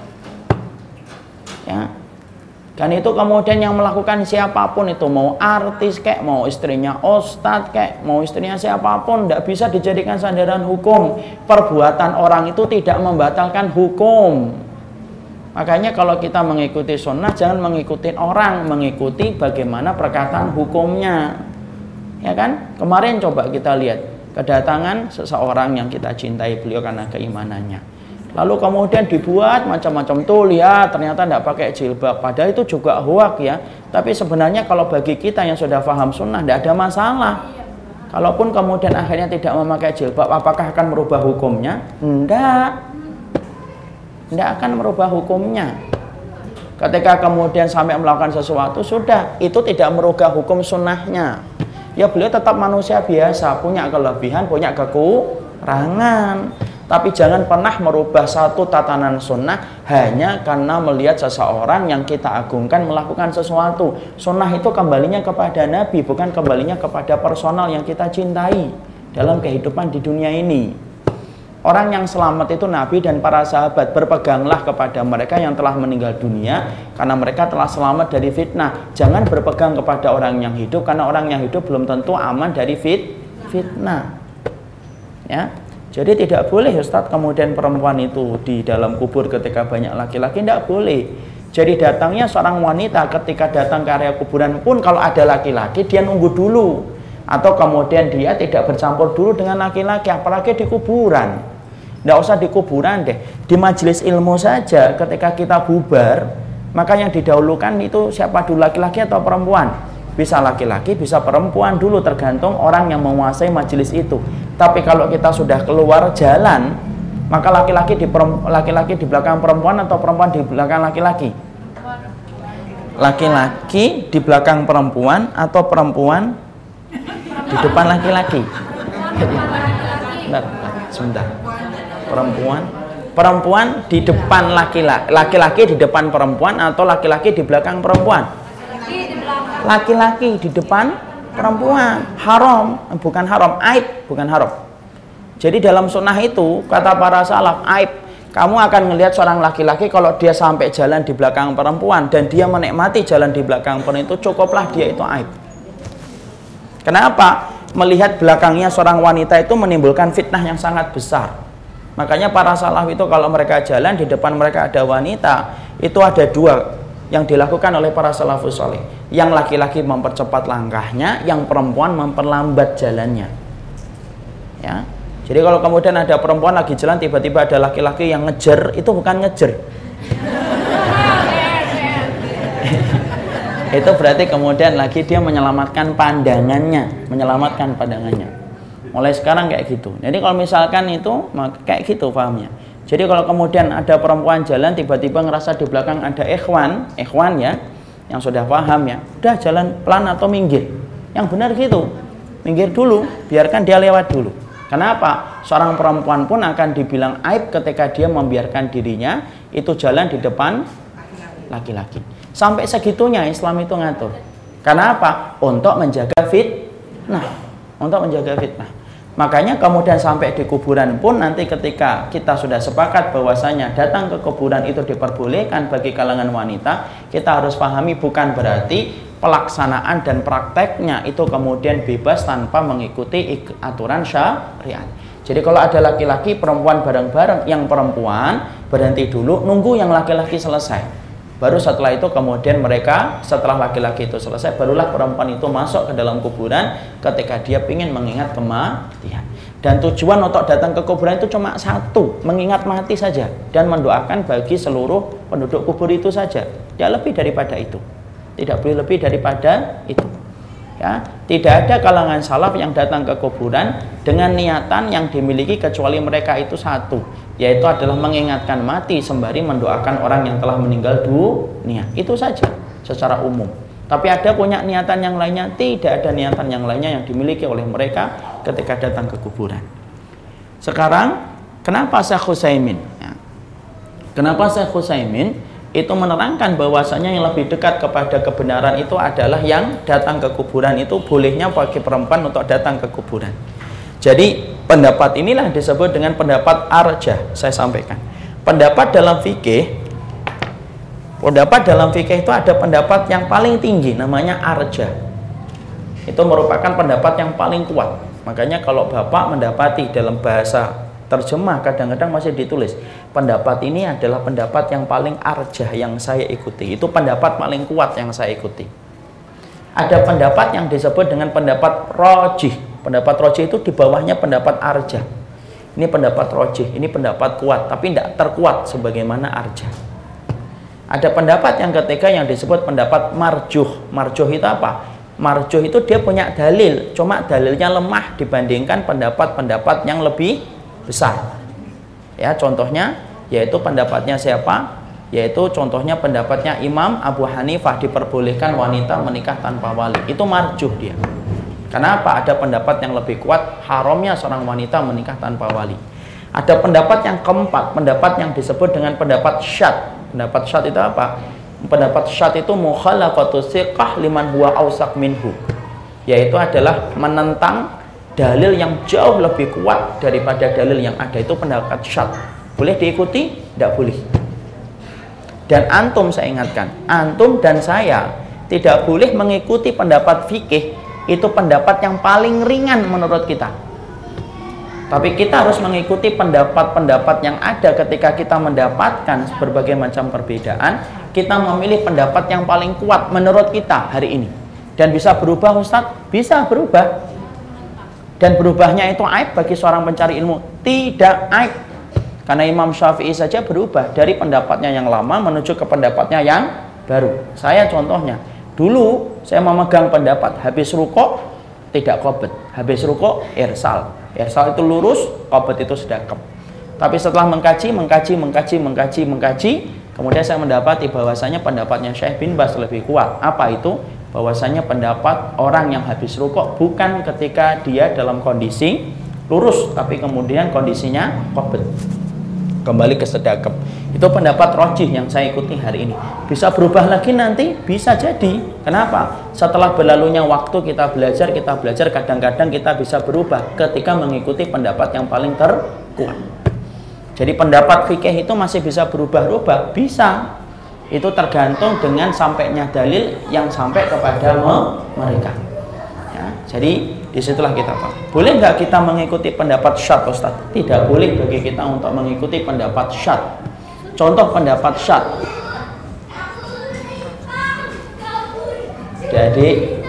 Ya. Dan itu kemudian yang melakukan siapapun itu, mau artis kek, mau istrinya ustadz kek, mau istrinya siapapun, tidak bisa dijadikan sandaran hukum. Perbuatan orang itu tidak membatalkan hukum. Makanya kalau kita mengikuti sunnah, jangan mengikuti orang, mengikuti bagaimana perkataan hukumnya. Ya kan? Kemarin coba kita lihat kedatangan seseorang yang kita cintai beliau karena keimanannya. Lalu kemudian dibuat macam-macam, tuh lihat ternyata tidak pakai jilbab, padahal itu juga hoak ya. Tapi sebenarnya kalau bagi kita yang sudah paham sunnah tidak ada masalah. Kalaupun kemudian akhirnya tidak memakai jilbab, apakah akan merubah hukumnya? Tidak akan merubah hukumnya. Ketika kemudian sampai melakukan sesuatu, sudah, itu tidak merubah hukum sunnahnya. Ya beliau tetap manusia biasa, punya kelebihan, punya kekurangan. Tapi jangan pernah merubah satu tatanan sunnah hanya karena melihat seseorang yang kita agungkan melakukan sesuatu. Sunnah itu kembalinya kepada Nabi, bukan kembalinya kepada personal yang kita cintai dalam kehidupan di dunia ini. Orang yang selamat itu Nabi dan para sahabat. Berpeganglah kepada mereka yang telah meninggal dunia karena mereka telah selamat dari fitnah. Jangan berpegang kepada orang yang hidup, karena orang yang hidup belum tentu aman dari fitnah. Ya. Jadi tidak boleh Ustadz kemudian perempuan itu di dalam kubur ketika banyak laki-laki, tidak boleh. Jadi datangnya seorang wanita ketika datang ke area kuburan pun kalau ada laki-laki dia nunggu dulu. Atau kemudian dia tidak bercampur dulu dengan laki-laki, apalagi di kuburan. Tidak usah di kuburan deh, di majelis ilmu saja ketika kita bubar, maka yang didahulukan itu siapa dulu, laki-laki atau perempuan? Bisa laki-laki, bisa perempuan dulu, tergantung orang yang menguasai majelis itu. Tapi kalau kita sudah keluar jalan, maka laki-laki di belakang perempuan atau perempuan di belakang laki-laki? Laki-laki di belakang perempuan atau perempuan di depan laki-laki? Sebentar. Perempuan di depan laki-laki, laki-laki di depan perempuan atau laki-laki di belakang perempuan? Laki-laki di depan perempuan. Haram, bukan haram, aib, bukan haram. Jadi dalam sunnah itu kata para salaf, aib. Kamu akan melihat seorang laki-laki kalau dia sampai jalan di belakang perempuan dan dia menikmati jalan di belakang perempuan itu, cukuplah dia itu aib. Kenapa? Melihat belakangnya seorang wanita itu menimbulkan fitnah yang sangat besar. Makanya para salaf itu kalau mereka jalan di depan mereka ada wanita, itu ada dua yang dilakukan oleh para salafus saleh. Yang laki-laki mempercepat langkahnya, yang perempuan memperlambat jalannya. Ya. Jadi kalau kemudian ada perempuan lagi jalan tiba-tiba ada laki-laki yang ngejar, itu bukan ngejar. Itu berarti kemudian lagi dia menyelamatkan pandangannya, Mulai sekarang kayak gitu. Jadi kalau misalkan itu kayak gitu pahamnya. Jadi kalau kemudian ada perempuan jalan tiba-tiba ngerasa di belakang ada ikhwan ya, yang sudah paham ya, udah jalan pelan atau minggir. Yang benar gitu, minggir dulu, biarkan dia lewat dulu. Kenapa? Seorang perempuan pun akan dibilang aib ketika dia membiarkan dirinya itu jalan di depan laki-laki. Sampai segitunya Islam itu ngatur. Kenapa? Untuk menjaga fitnah. Untuk menjaga fitnah. Makanya kemudian sampai di kuburan pun nanti ketika kita sudah sepakat bahwasanya datang ke kuburan itu diperbolehkan bagi kalangan wanita, kita harus pahami bukan berarti pelaksanaan dan prakteknya itu kemudian bebas tanpa mengikuti aturan syariat. Jadi kalau ada laki-laki perempuan bareng-bareng, yang perempuan berhenti dulu nunggu yang laki-laki selesai. Baru setelah itu kemudian mereka, setelah laki-laki itu selesai, barulah perempuan itu masuk ke dalam kuburan ketika dia ingin mengingat kematian. Dan tujuan untuk datang ke kuburan itu cuma satu, mengingat mati saja dan mendoakan bagi seluruh penduduk kubur itu saja. Tidak lebih daripada itu. Tidak boleh lebih daripada itu. Ya, tidak ada kalangan salaf yang datang ke kuburan dengan niatan yang dimiliki kecuali mereka itu satu, yaitu adalah mengingatkan mati sembari mendoakan orang yang telah meninggal dunia. Itu saja secara umum. Tapi ada punya niatan yang lainnya? Tidak ada niatan yang lainnya yang dimiliki oleh mereka ketika datang ke kuburan. Sekarang kenapa Syekh Utsaimin? Ya. Kenapa Syekh Utsaimin itu menerangkan bahwasanya yang lebih dekat kepada kebenaran itu adalah yang datang ke kuburan itu bolehnya bagi perempuan untuk datang ke kuburan. Jadi pendapat inilah disebut dengan pendapat arjah. Saya sampaikan. Pendapat dalam fikih itu ada pendapat yang paling tinggi namanya arjah. Itu merupakan pendapat yang paling kuat. Makanya kalau Bapak mendapati dalam bahasa terjemah kadang-kadang masih ditulis pendapat ini adalah pendapat yang paling arjah yang saya ikuti. Itu pendapat paling kuat yang saya ikuti. Ada pendapat yang disebut dengan pendapat rojih. Pendapat rojih itu di bawahnya pendapat arjah. Ini pendapat rojih, ini pendapat kuat, tapi tidak terkuat sebagaimana arjah. Ada pendapat yang ketiga yang disebut pendapat marjuh. Marjuh itu apa? Marjuh itu dia punya dalil, cuma dalilnya lemah dibandingkan pendapat-pendapat yang lebih besar. Ya, contohnya yaitu pendapatnya siapa? Yaitu contohnya pendapatnya Imam Abu Hanifah, diperbolehkan wanita menikah tanpa wali. Itu marjuh dia. Kenapa? Ada pendapat yang lebih kuat, haramnya seorang wanita menikah tanpa wali. Ada pendapat yang keempat, pendapat yang disebut dengan pendapat syadz. Pendapat syadz itu apa? Pendapat syadz itu mukhalafatu siqah liman huwa awsaq minhu. Yaitu adalah menentang dalil yang jauh lebih kuat daripada dalil yang ada. Itu pendapat syadz. Boleh diikuti? Tidak boleh. Dan antum, saya ingatkan, antum dan saya tidak boleh mengikuti pendapat fikih. Itu pendapat yang paling ringan menurut kita. Tapi kita harus mengikuti pendapat-pendapat yang ada ketika kita mendapatkan berbagai macam perbedaan. Kita memilih pendapat yang paling kuat menurut kita hari ini. Dan bisa berubah, Ustadz? Bisa berubah. Dan berubahnya itu aib bagi seorang pencari ilmu? Tidak aib. Karena Imam Syafi'i saja berubah dari pendapatnya yang lama menuju ke pendapatnya yang baru. Saya contohnya, dulu saya memegang pendapat habis rukuk tidak qobet, habis rukuk irsal. Irsal itu lurus, qobet itu sedekap. Tapi setelah mengkaji, kemudian saya mendapati bahwasanya pendapatnya Syekh bin Baz lebih kuat. Apa itu? Bahwasanya pendapat orang yang habis rukuk bukan ketika dia dalam kondisi lurus, tapi kemudian kondisinya qobet, kembali ke sedekap. Itu pendapat rojih yang saya ikuti hari ini. Bisa berubah lagi nanti? Bisa jadi. Kenapa? Setelah berlalunya waktu kita belajar, kadang-kadang kita bisa berubah ketika mengikuti pendapat yang paling terkuat. Jadi pendapat fikih itu masih bisa berubah-ubah? Bisa. Itu tergantung dengan sampainya dalil yang sampai kepada mereka. Ya, jadi disitulah kita paham. Boleh nggak kita mengikuti pendapat syadz, Ustaz? Tidak boleh bagi kita untuk mengikuti pendapat syadz. Contoh pendapat syadz. Jadi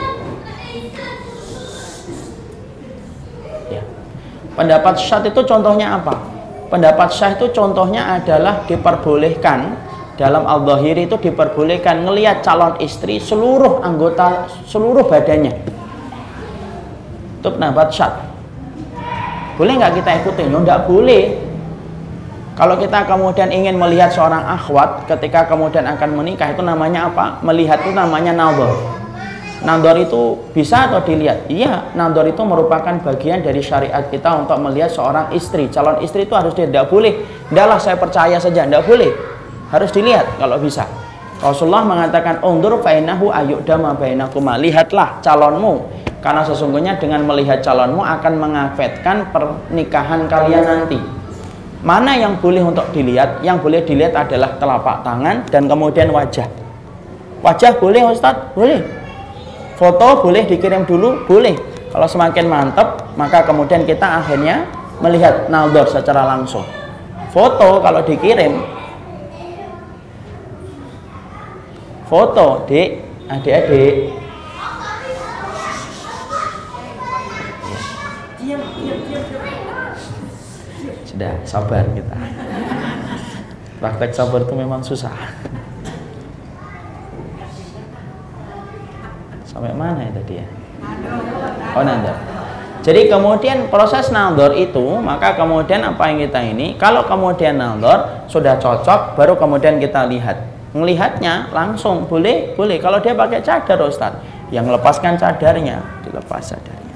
ya, pendapat syadz itu contohnya apa? Pendapat syadz itu contohnya adalah diperbolehkan dalam al-dhahiri, itu diperbolehkan ngelihat calon istri seluruh anggota, seluruh badannya. Itu pendapat syadz. Boleh nggak kita ikutin? Ya nggak boleh. Kalau kita kemudian ingin melihat seorang akhwat ketika kemudian akan menikah, itu namanya apa? Melihat itu namanya nadhar. Nadhar itu bisa atau dilihat? Iya, nadhar itu merupakan bagian dari syariat kita untuk melihat seorang istri. Calon istri itu harus dilihat. Tidak boleh. Tidaklah saya percaya saja. Tidak boleh. Harus dilihat kalau bisa. Rasulullah mengatakan, "Undur fa innahu ayyudama bainakuma." Lihatlah calonmu Karena sesungguhnya dengan melihat calonmu akan mengafekkan pernikahan kalian nanti. Mana yang boleh untuk dilihat? Yang boleh dilihat adalah telapak tangan dan kemudian wajah. Wajah boleh Ustadz? Boleh. Foto boleh dikirim dulu? Boleh. Kalau semakin mantap, maka kemudian kita akhirnya melihat naldor secara langsung. Foto kalau dikirim, foto adik-adik, sudah sabar kita. Praktek sabar itu memang susah. Sampai mana ya tadi ya? Oh, nandor. Jadi kemudian proses naldor itu, maka kemudian apa yang kita ini, kalau kemudian naldor sudah cocok, baru kemudian kita lihat. Melihatnya langsung boleh. Kalau dia pakai cadar Ustaz, yang lepaskan cadarnya, dilepas cadarnya.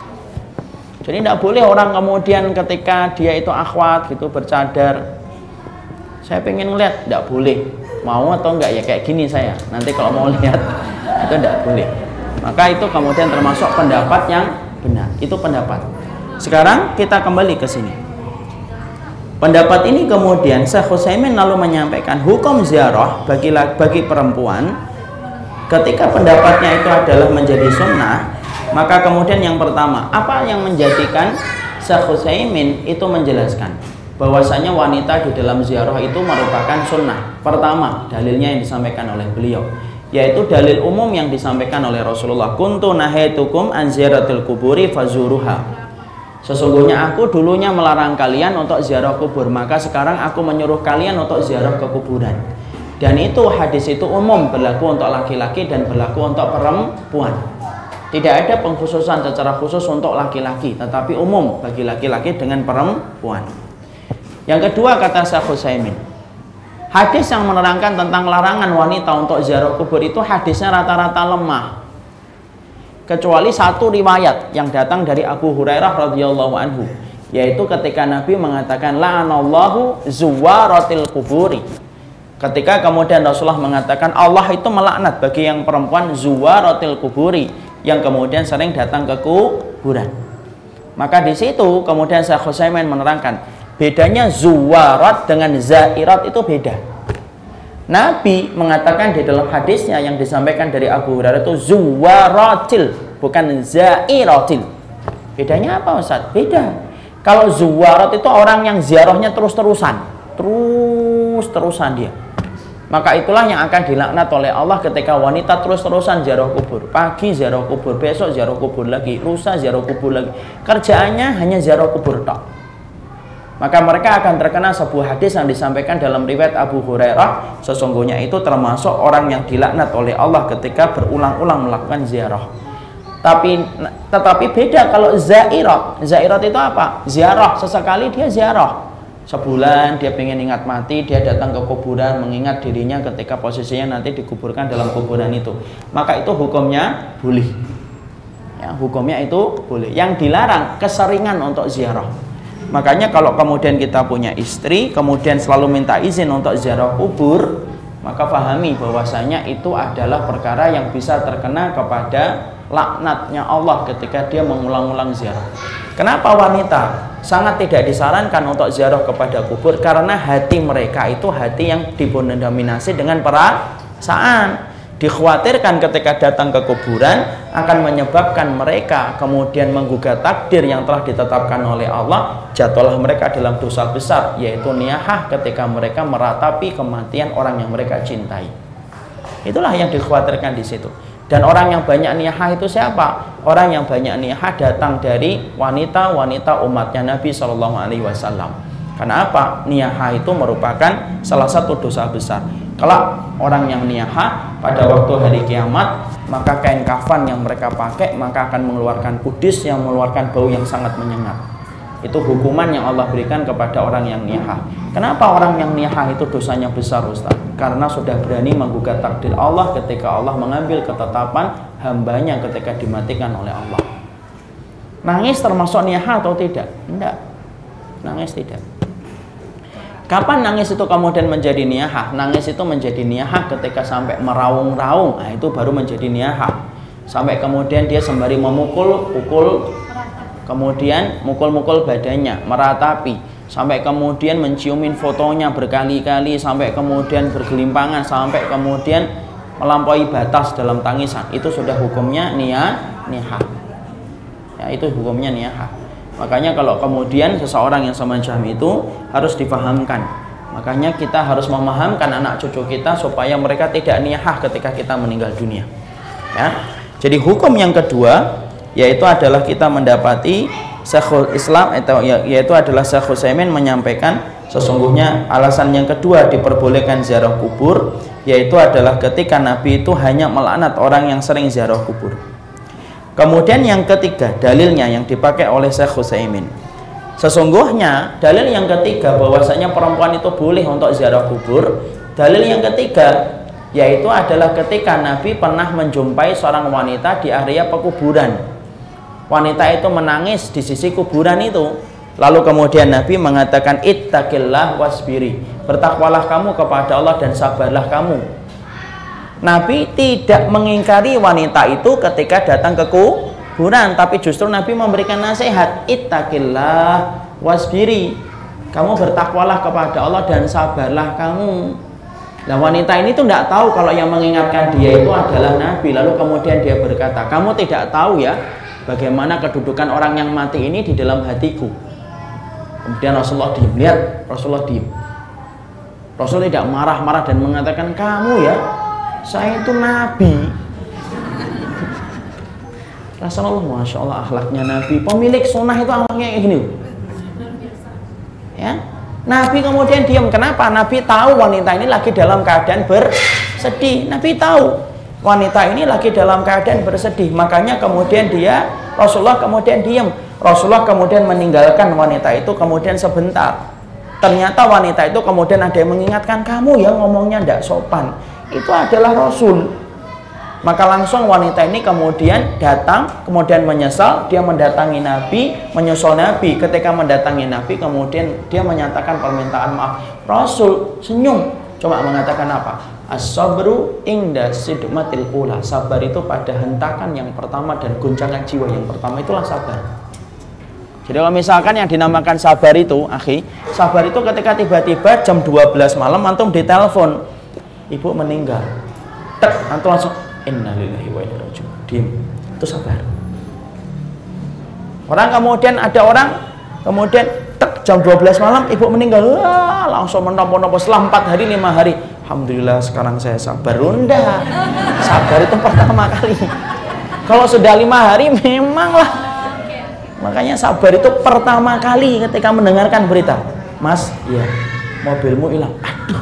Jadi tidak boleh orang kemudian ketika dia itu akhwat gitu bercadar, saya pengen ngeliat, tidak boleh. Mau atau enggak ya kayak gini saya. Nanti kalau mau lihat itu tidak boleh. Maka itu kemudian termasuk pendapat yang benar. Itu pendapat. Sekarang kita kembali ke sini. Pendapat ini kemudian Syekh Utsaimin lalu menyampaikan hukum ziarah bagi perempuan. Ketika pendapatnya itu adalah menjadi sunnah, maka kemudian yang pertama, apa yang menjadikan Syekh Utsaimin itu menjelaskan bahwasanya wanita di dalam ziarah itu merupakan sunnah. Pertama, dalilnya yang disampaikan oleh beliau, yaitu dalil umum yang disampaikan oleh Rasulullah, kuntu nahaitukum an ziyaratil kuburi fazuruha. Sesungguhnya aku dulunya melarang kalian untuk ziarah kubur, maka sekarang aku menyuruh kalian untuk ziarah ke kuburan. Dan itu hadis itu umum, berlaku untuk laki-laki dan berlaku untuk perempuan. Tidak ada pengkhususan secara khusus untuk laki-laki, tetapi umum bagi laki-laki dengan perempuan. Yang kedua, kata Syekh Utsaimin, hadis yang menerangkan tentang larangan wanita untuk ziarah kubur itu hadisnya rata-rata lemah, kecuali satu riwayat yang datang dari Abu Hurairah radhiyallahu anhu, yaitu ketika Nabi mengatakan la'anallahu zuwaratil kuburi. Ketika kemudian Rasulullah mengatakan Allah itu melaknat bagi yang perempuan zuwaratil kuburi, yang kemudian sering datang ke kuburan. Maka di situ kemudian Syekh Utsaimin menerangkan bedanya zuwarat dengan zairat itu beda. Nabi mengatakan di dalam hadisnya yang disampaikan dari Abu Hurairah itu zuwaratil, bukan zairatil. Bedanya apa Ustaz? Beda. Kalau zuwarat itu orang yang ziarahnya terus-terusan dia. Maka itulah yang akan dilaknat oleh Allah ketika wanita terus-terusan ziarah kubur. Pagi ziarah kubur, besok ziarah kubur lagi, lusa ziarah kubur lagi. Kerjaannya hanya ziarah kubur tok. Maka mereka akan terkena sebuah hadis yang disampaikan dalam riwayat Abu Hurairah, sesungguhnya itu termasuk orang yang dilaknat oleh Allah ketika berulang-ulang melakukan ziarah. Tetapi beda kalau zairat. Zairat itu apa? Ziarah, sesekali dia ziarah. Sebulan dia pengen ingat mati, dia datang ke kuburan mengingat dirinya ketika posisinya nanti dikuburkan dalam kuburan itu. Maka itu hukumnya boleh. Ya, hukumnya itu boleh. Yang dilarang keseringan untuk ziarah. Makanya kalau kemudian kita punya istri, kemudian selalu minta izin untuk ziarah kubur, maka pahami bahwasanya itu adalah perkara yang bisa terkena kepada laknatnya Allah ketika dia mengulang-ulang ziarah. Kenapa wanita sangat tidak disarankan untuk ziarah kepada kubur? Karena hati mereka itu hati yang didominasi dengan perasaan. Dikhawatirkan ketika datang ke kuburan akan menyebabkan mereka kemudian menggugat takdir yang telah ditetapkan oleh Allah, jatuhlah mereka dalam dosa besar, yaitu niyahah ketika mereka meratapi kematian orang yang mereka cintai. Itulah yang dikhawatirkan di situ. Dan orang yang banyak niyahah itu siapa? Orang yang banyak niyahah datang dari wanita-wanita umatnya Nabi SAW. Karena apa? Niyahah itu merupakan salah satu dosa besar. Kalau orang yang niyahah pada waktu hari kiamat, maka kain kafan yang mereka pakai maka akan mengeluarkan kudis yang mengeluarkan bau yang sangat menyengat. Itu hukuman yang Allah berikan kepada orang yang niyahah. Kenapa orang yang niyahah itu dosanya besar Ustaz? Karena sudah berani menggugat takdir Allah ketika Allah mengambil ketetapan hambanya ketika dimatikan oleh Allah. Nangis termasuk niyahah atau tidak? Tidak. Nangis tidak. Kapan nangis itu kemudian menjadi niyahah? Nangis itu menjadi niyahah ketika sampai meraung-raung. Nah, itu baru menjadi niyahah. sampai kemudian dia sembari memukul kemudian mukul-mukul badannya, meratapi, sampai kemudian menciumin fotonya berkali-kali, sampai kemudian bergelimpangan, sampai kemudian melampaui batas dalam tangisan, itu sudah hukumnya niyahah. Ya, itu hukumnya niyahah. Makanya kalau kemudian seseorang yang semacam itu harus dipahamkan. Makanya kita harus memahamkan anak cucu kita supaya mereka tidak niyahah ketika kita meninggal dunia. Ya. Jadi hukum yang kedua yaitu adalah kita mendapati Syekhul Islam yaitu adalah Syekh Utsaimin menyampaikan sesungguhnya alasan yang kedua diperbolehkan ziarah kubur yaitu adalah ketika Nabi itu hanya melaknat orang yang sering ziarah kubur. Kemudian yang ketiga dalilnya yang dipakai oleh Syekh Utsaimin, sesungguhnya dalil yang ketiga bahwasanya perempuan itu boleh untuk ziarah kubur. Dalil yang ketiga yaitu adalah ketika Nabi pernah menjumpai seorang wanita di area pekuburan. Wanita itu menangis di sisi kuburan itu. Lalu kemudian Nabi mengatakan ittaqillah wasbiri, bertakwalah kamu kepada Allah dan sabarlah kamu. Nabi tidak mengingkari wanita itu ketika datang ke kuburan, tapi justru Nabi memberikan nasihat ittaqillah wasbiri, kamu bertakwalah kepada Allah dan sabarlah kamu. Nah wanita ini tuh tidak tahu kalau yang mengingatkan dia itu adalah Nabi. Lalu kemudian dia berkata, kamu tidak tahu ya bagaimana kedudukan orang yang mati ini di dalam hatiku. Kemudian Rasulullah diam. Lihat, Rasulullah diam. Rasul tidak marah-marah dan mengatakan, kamu ya, saya itu Nabi. Rasulullah, Masya Allah akhlaknya Nabi. Pemilik sunnah itu akhlaknya kayak gini. Ya, Nabi kemudian diam. Kenapa? Nabi tahu wanita ini lagi dalam keadaan bersedih. Nabi tahu wanita ini lagi dalam keadaan bersedih. Makanya kemudian Rasulullah kemudian diam. Rasulullah kemudian meninggalkan wanita itu kemudian sebentar. Ternyata wanita itu kemudian ada yang mengingatkan, kamu ya ngomongnya tidak sopan. Itu adalah Rasul. Maka langsung wanita ini kemudian datang, kemudian menyesal, dia mendatangi Nabi, menyusul Nabi. Ketika mendatangi Nabi, kemudian dia menyatakan permintaan maaf. Rasul senyum, cuma mengatakan apa? As-sabru inda sidmatil ula. Sabar itu pada hentakan yang pertama dan guncangan jiwa yang pertama, itulah sabar. Jadi kalau misalkan yang dinamakan sabar itu, akhi, sabar itu ketika tiba-tiba jam 12 malam antum ditelepon, ibu meninggal. Tek, antum langsung innalillahi wa inna ilaihi raji'un. Diam. Itu sabar. Ada orang kemudian tek, jam 12 malam ibu meninggal. Wah, langsung menompo-nompo setelah 4 hari 5 hari. Alhamdulillah sekarang saya sabar. Rendah. Sabar itu pertama kali. Kalau sudah 5 hari memanglah. Makanya sabar itu pertama kali ketika mendengarkan berita. Mas, ya, mobilmu hilang. Aduh.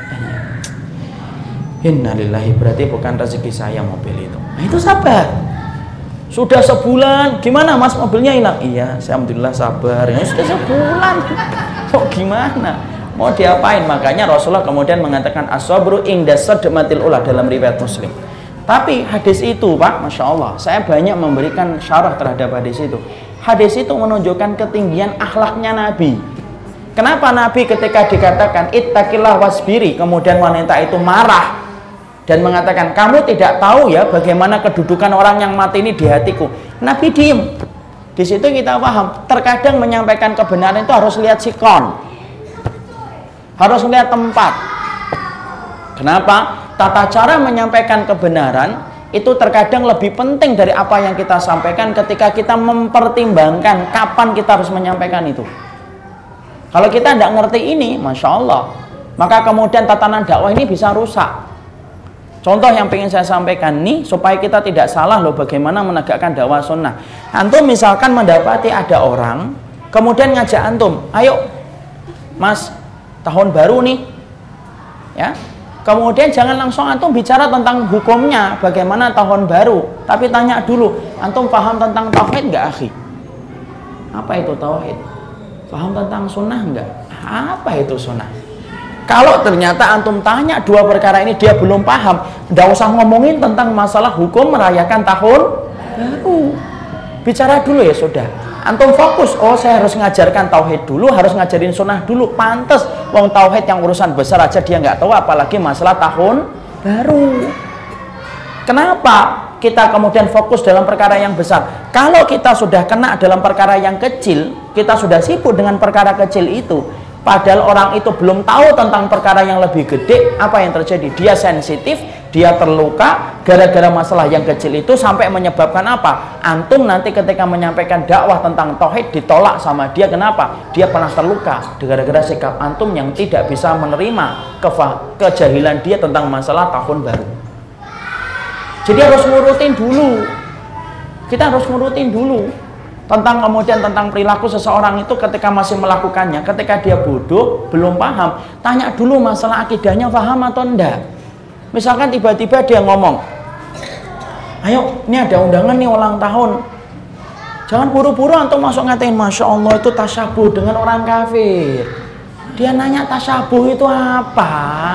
Innalillahi, berarti bukan rezeki saya mobil itu. Nah, itu sabar. Sudah sebulan, gimana mas mobilnya hilang? Iya, saya alhamdulillah sabar. Ya sudah sebulan. Kok gimana? Mau diapain? Makanya Rasulullah kemudian mengatakan as-sabru inda sadmatil ula dalam riwayat Muslim. Tapi hadis itu, Pak, Masya Allah, saya banyak memberikan syarah terhadap hadis itu. Hadis itu menunjukkan ketinggian akhlaknya Nabi. Kenapa Nabi ketika dikatakan ittaqillah wasbiri, kemudian wanita itu marah dan mengatakan, kamu tidak tahu ya bagaimana kedudukan orang yang mati ini di hatiku. Nabi diem. Di situ kita paham, terkadang menyampaikan kebenaran itu harus lihat sikon, harus lihat tempat. Kenapa? Tata cara menyampaikan kebenaran itu terkadang lebih penting dari apa yang kita sampaikan ketika kita mempertimbangkan kapan kita harus menyampaikan itu. Kalau kita tidak ngerti ini, Masya Allah, maka kemudian tatanan dakwah ini bisa rusak. Contoh yang ingin saya sampaikan nih, supaya kita tidak salah loh bagaimana menegakkan dakwah sunnah. Antum misalkan mendapati ada orang, kemudian ngajak antum, ayo mas, tahun baru nih, ya. Kemudian jangan langsung antum bicara tentang hukumnya, bagaimana tahun baru, tapi tanya dulu, antum paham tentang tauhid nggak, akhi? Apa itu tauhid? Paham tentang sunnah nggak? Apa itu sunnah? Kalau ternyata antum tanya dua perkara ini dia belum paham, nggak usah ngomongin tentang masalah hukum merayakan tahun baru. Bicara dulu ya sudah. Antum fokus, oh saya harus ngajarkan tauhid dulu, harus ngajarin sunnah dulu. Pantes, wong tauhid yang urusan besar aja dia nggak tahu, apalagi masalah tahun baru. Kenapa? kita kemudian fokus dalam perkara yang besar. Kalau kita sudah kena dalam perkara yang kecil, kita sudah sibuk dengan perkara kecil itu, padahal orang itu belum tahu tentang perkara yang lebih gede, apa yang terjadi? Dia sensitif, dia terluka gara-gara masalah yang kecil itu, sampai menyebabkan apa? Antum nanti ketika menyampaikan dakwah tentang tauhid ditolak sama dia. Kenapa? Dia pernah terluka gara-gara sikap antum yang tidak bisa menerima kejahilan dia tentang masalah tahun baru. Jadi harus ngurutin dulu. Kita harus ngurutin dulu tentang kemudian tentang perilaku seseorang itu ketika masih melakukannya. Ketika dia bodoh, belum paham, tanya dulu masalah akidahnya paham atau enggak. Misalkan tiba-tiba dia ngomong, ayo ini ada undangan nih ulang tahun, jangan buru-buru antum masuk ngatain Masya Allah itu tasyabuh dengan orang kafir. Dia nanya tasyabuh itu apa?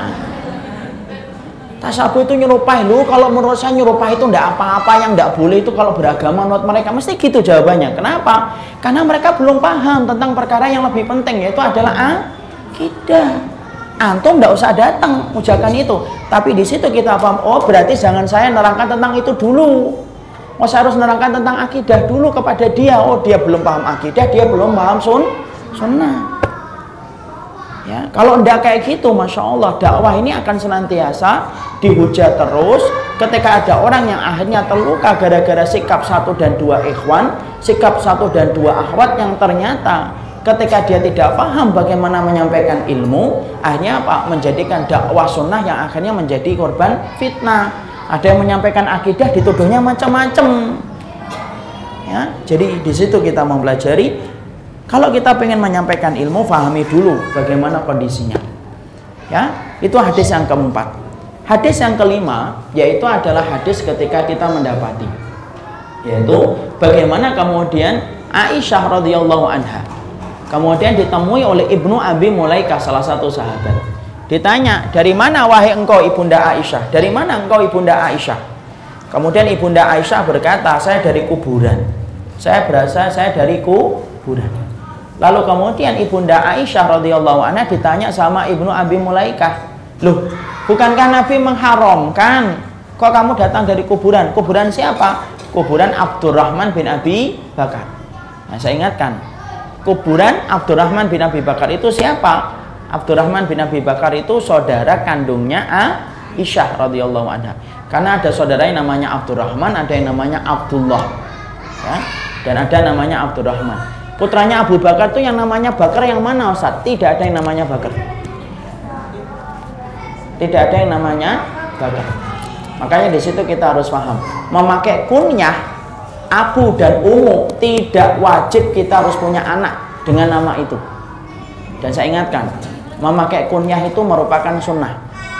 Tasyabuh itu nyerupai. Lu kalau menurut saya nyerupai itu enggak apa-apa, yang enggak boleh itu kalau beragama menurut mereka. Mesti gitu jawabannya. Kenapa? Karena mereka belum paham tentang perkara yang lebih penting, yaitu adalah akidah. Antum enggak usah datang ujakan itu, tapi di situ kita paham, oh berarti jangan saya nerangkan tentang itu dulu. Oh saya harus nerangkan tentang akidah dulu kepada dia. Oh dia belum paham akidah, dia belum paham sunnah. Ya, kalau enggak kayak gitu, Masya Allah, dakwah ini akan senantiasa dihujat terus. Ketika ada orang yang akhirnya terluka gara-gara sikap 1 dan 2 ikhwan, sikap 1 dan 2 akhwat, yang ternyata ketika dia tidak paham bagaimana menyampaikan ilmu, akhirnya apa? Menjadikan dakwah sunnah yang akhirnya menjadi korban fitnah. Ada yang menyampaikan akidah dituduhnya macam-macam. Ya, jadi di situ kita mempelajari. Kalau kita pengen menyampaikan ilmu, fahami dulu bagaimana kondisinya. Ya, itu hadis yang keempat. Hadis yang kelima yaitu adalah hadis ketika kita mendapati, yaitu bagaimana kemudian Aisyah radhiyallahu anha kemudian ditemui oleh Ibnu Abi Mulaikah, salah satu sahabat. Ditanya, dari mana wahai engkau ibunda Aisyah? Dari mana engkau ibunda Aisyah? Kemudian ibunda Aisyah berkata, saya dari kuburan. Saya berasa saya dari kuburan. Lalu kemudian ibunda Aisyah radhiyallahu anha ditanya sama Ibnu Abi Mulaikah, loh, bukankah Nabi mengharamkan kok kamu datang dari kuburan? Kuburan siapa? Kuburan Abdurrahman bin Abi Bakar. Nah, saya ingatkan, kuburan Abdurrahman bin Abi Bakar itu siapa? Abdurrahman bin Abi Bakar itu saudara kandungnya Aisyah radhiyallahu anha. Karena ada saudara yang namanya Abdurrahman, ada yang namanya Abdullah, ya, dan ada namanya Abdurrahman. Putranya Abu Bakar itu yang namanya Bakar yang mana, Ustaz? Tidak ada yang namanya Bakar. Tidak ada yang namanya Bakar. Makanya di situ kita harus paham. Memakai kunyah Abu dan Ummu tidak wajib kita harus punya anak dengan nama itu. Dan saya ingatkan, memakai kunyah itu merupakan sunnah.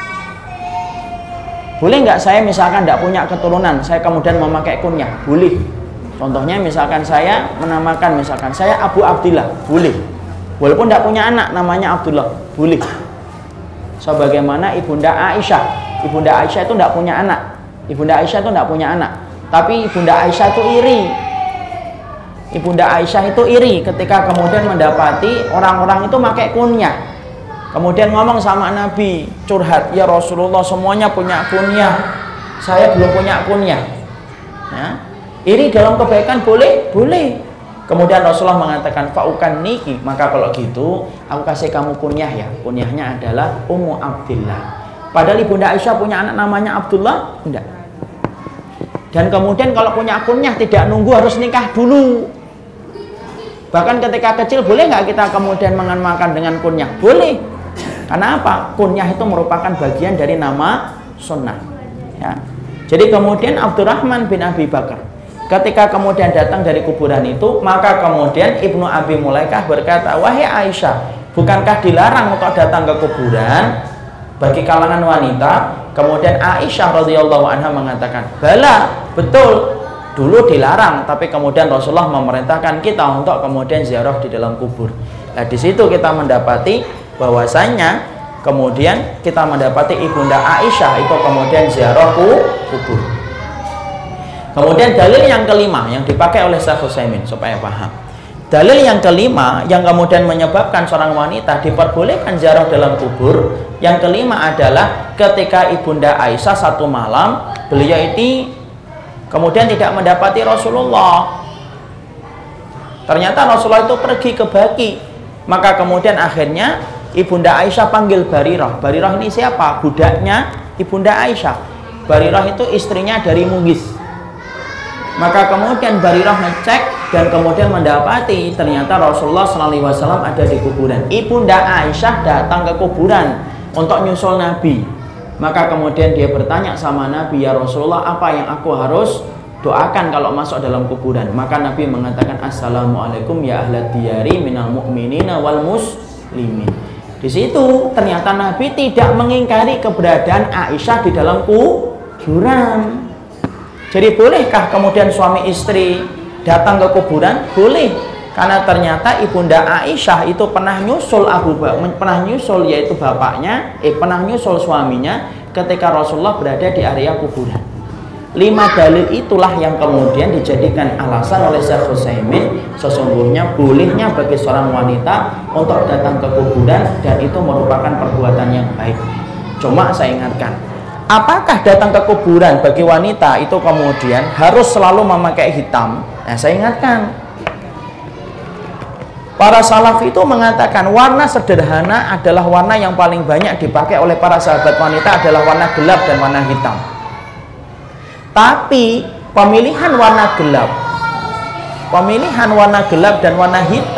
Boleh nggak saya misalkan tidak punya keturunan, saya kemudian memakai kunyah? Boleh. Contohnya misalkan saya menamakan, misalkan saya Abu Abdillah, boleh. Walaupun tidak punya anak namanya Abdullah, boleh. Sebagaimana ibunda Aisyah. Ibunda Aisyah itu tidak punya anak. Ibunda Aisyah itu tidak punya anak. Tapi ibunda Aisyah itu iri. Ibunda Aisyah itu iri ketika kemudian mendapati orang-orang itu pakai kunyah. Kemudian ngomong sama Nabi, curhat, ya Rasulullah semuanya punya kunyah, saya belum punya kunyah. Ya. Iri dalam kebaikan boleh? Boleh. Kemudian Rasulullah mengatakan, fa'ukan niki, maka kalau gitu aku kasih kamu kunyah ya. Kunyahnya adalah Ummu Abdillah. Padahal ibunda Aisyah punya anak namanya Abdullah? Enggak. Dan kemudian kalau punya kunyah tidak nunggu harus nikah dulu. Bahkan ketika kecil boleh nggak kita kemudian makan dengan kunyah? Boleh. Karena apa? Kunyah itu merupakan bagian dari nama sunnah. Ya. Jadi kemudian Abdurrahman bin Abi Bakar ketika kemudian datang dari kuburan itu, maka kemudian Ibnu Abi Mulaikah berkata, wahai Aisyah, bukankah dilarang untuk datang ke kuburan bagi kalangan wanita? Kemudian Aisyah radhiyallahu anha mengatakan, bala, betul, dulu dilarang, tapi kemudian Rasulullah memerintahkan kita untuk kemudian ziarah di dalam kubur. Nah, di situ kita mendapati bahwasanya kemudian kita mendapati ibunda Aisyah itu kemudian ziarah kubur. Kemudian dalil yang kelima yang dipakai oleh Syekh Utsaimin supaya paham. Dalil yang kelima yang kemudian menyebabkan seorang wanita diperbolehkan ziarah dalam kubur, yang kelima adalah ketika ibunda Aisyah satu malam beliau ini kemudian tidak mendapati Rasulullah. Ternyata Rasulullah itu pergi ke Baqi. Maka kemudian akhirnya Ibunda Aisyah panggil Barirah. Barirah ini siapa? Budaknya Ibunda Aisyah. Barirah itu istrinya dari Mughis. Maka kemudian Barirah ngecek dan kemudian mendapati ternyata Rasulullah SAW ada di kuburan. Ibunda Aisyah datang ke kuburan untuk nyusul Nabi. Maka kemudian dia bertanya sama Nabi, ya Rasulullah, apa yang aku harus doakan kalau masuk dalam kuburan? Maka Nabi mengatakan, Assalamualaikum ya ahlad diyari minal mu'minina wal muslimin. Di situ ternyata Nabi tidak mengingkari keberadaan Aisyah di dalam kuburan. Jadi bolehkah kemudian suami istri datang ke kuburan? Boleh, karena ternyata Ibunda Aisyah itu pernah nyusul yaitu bapaknya, pernah nyusul suaminya ketika Rasulullah berada di area kuburan. 5 dalil itulah yang kemudian dijadikan alasan oleh Syekh Utsaimin sesungguhnya bolehnya bagi seorang wanita untuk datang ke kuburan dan itu merupakan perbuatan yang baik. Cuma saya ingatkan, apakah datang ke kuburan bagi wanita itu kemudian harus selalu memakai hitam? Nah, saya ingatkan, para salaf itu mengatakan warna sederhana adalah warna yang paling banyak dipakai oleh para sahabat wanita adalah warna gelap dan warna hitam. Tapi pemilihan warna gelap dan warna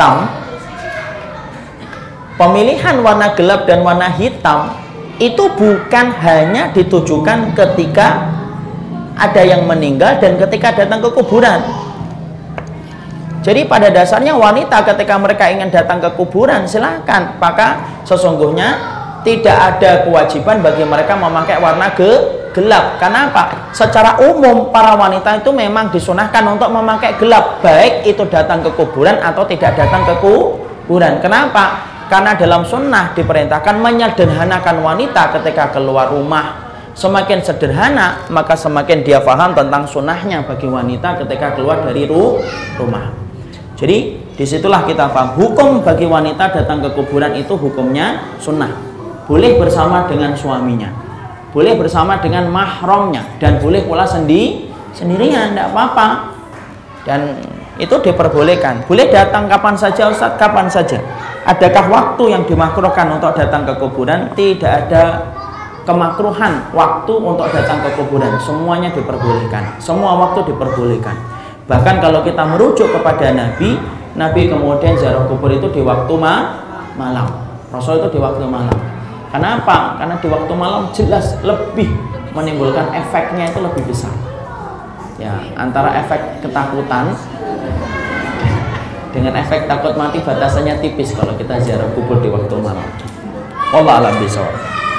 hitam itu bukan hanya ditujukan ketika ada yang meninggal dan ketika datang ke kuburan. Jadi pada dasarnya wanita ketika mereka ingin datang ke kuburan silakan, maka sesungguhnya tidak ada kewajiban bagi mereka memakai warna gelap. Karena apa? Secara umum para wanita itu memang disunahkan untuk memakai gelap, baik itu datang ke kuburan atau tidak datang ke kuburan. Kenapa? Karena dalam sunnah diperintahkan menyederhanakan wanita ketika keluar rumah. Semakin sederhana maka semakin dia paham tentang sunnahnya bagi wanita ketika keluar dari rumah. Jadi disitulah kita paham hukum bagi wanita datang ke kuburan itu hukumnya sunnah. Boleh bersama dengan suaminya, boleh bersama dengan mahramnya, dan boleh pula sendirian, tidak apa-apa. Dan itu diperbolehkan. Boleh datang kapan saja Ustaz, kapan saja. Adakah waktu yang dimakruhkan untuk datang ke kuburan? Tidak ada kemakruhan waktu untuk datang ke kuburan. Semuanya diperbolehkan. Semua waktu diperbolehkan. Bahkan kalau kita merujuk kepada Nabi kemudian ziarah kubur itu di waktu malam. Rasul itu di waktu malam. Kenapa? Karena di waktu malam jelas lebih menimbulkan efeknya itu lebih besar. Ya, antara efek ketakutan dengan efek takut mati batasannya tipis kalau kita ziarah kubur di waktu malam. Wallahu a'lam bishawab.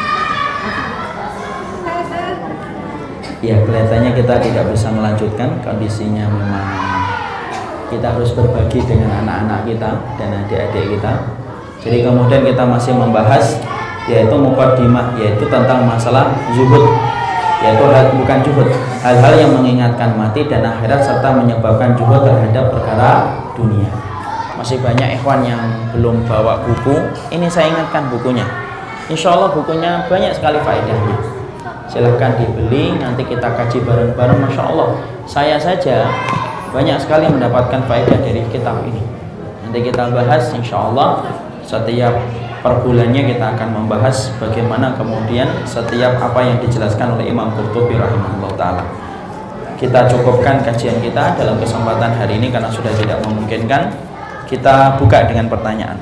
Ya, kelihatannya kita tidak bisa melanjutkan, kondisinya memang kita harus berbagi dengan anak-anak kita dan adik-adik kita. Jadi kemudian kita masih membahas yaitu muqaddimah, yaitu tentang masalah zuhud, yaitu bukan zuhud, hal-hal yang mengingatkan mati dan akhirat serta menyebabkan zuhud terhadap perkara dunia. Masih banyak ikhwan yang belum bawa buku, ini saya ingatkan bukunya. Insya Allah bukunya banyak sekali faedahnya. Silahkan dibeli, nanti kita kaji bareng-bareng. Masya Allah, saya saja banyak sekali mendapatkan faedah dari kitab ini. Nanti kita bahas insya Allah setiap per bulannya kita akan membahas bagaimana kemudian setiap apa yang dijelaskan oleh Imam Qurtubi rahimahullah ta'ala. Kita cukupkan kajian kita dalam kesempatan hari ini karena sudah tidak memungkinkan. Kita buka dengan pertanyaan.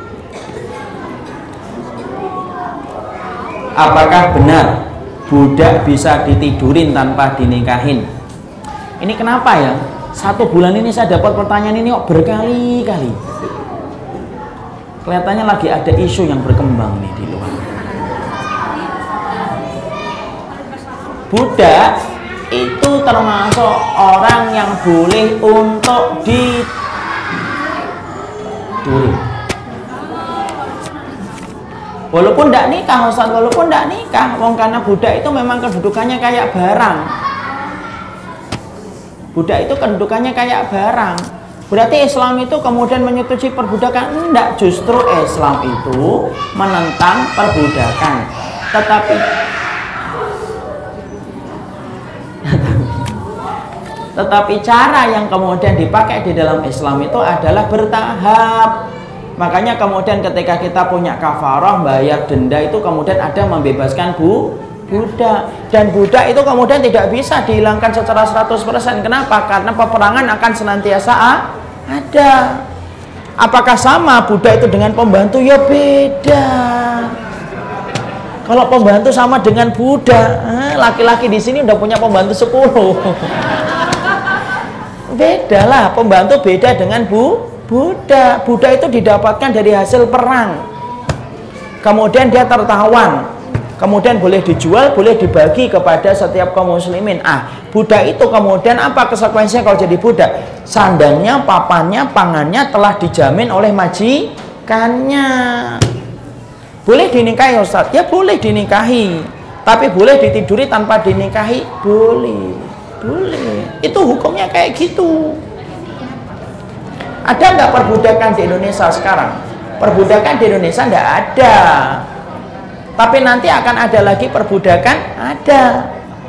Apakah benar budak bisa ditidurin tanpa dinikahin? Ini kenapa ya? 1 bulan ini saya dapat pertanyaan ini kok berkali-kali. Kelihatannya lagi ada isu yang berkembang nih di luar. Budak itu termasuk orang yang boleh untuk ditidurin. Walaupun tidak nikah, Ustaz, walaupun tidak nikah, wong karena budak itu memang kedudukannya kayak barang. Budak itu kedudukannya kayak barang. Berarti Islam itu kemudian menyetujui perbudakan? Enggak, justru Islam itu menentang perbudakan. Tetapi cara yang kemudian dipakai di dalam Islam itu adalah bertahap. Makanya kemudian ketika kita punya kafarah, bayar denda, itu kemudian ada membebaskan budak. Dan budak itu kemudian tidak bisa dihilangkan secara 100%. Kenapa? Karena peperangan akan senantiasa ada. Apakah sama budak itu dengan pembantu? Ya beda. Kalau pembantu sama dengan budak, laki-laki di sini udah punya pembantu 10. Beda lah, pembantu beda dengan budak. Budak itu didapatkan dari hasil perang. Kemudian dia tertawan. Kemudian boleh dijual, boleh dibagi kepada setiap kaum muslimin. Budak itu kemudian apa konsekuensinya kalau jadi budak? Sandangnya, papannya, pangannya telah dijamin oleh majikannya. Boleh dinikahi Ustaz? Ya boleh dinikahi. Tapi boleh ditiduri tanpa dinikahi? Boleh. Boleh. Itu hukumnya kayak gitu. Ada nggak perbudakan di Indonesia sekarang? Perbudakan di Indonesia nggak ada. Tapi nanti akan ada lagi perbudakan, ada.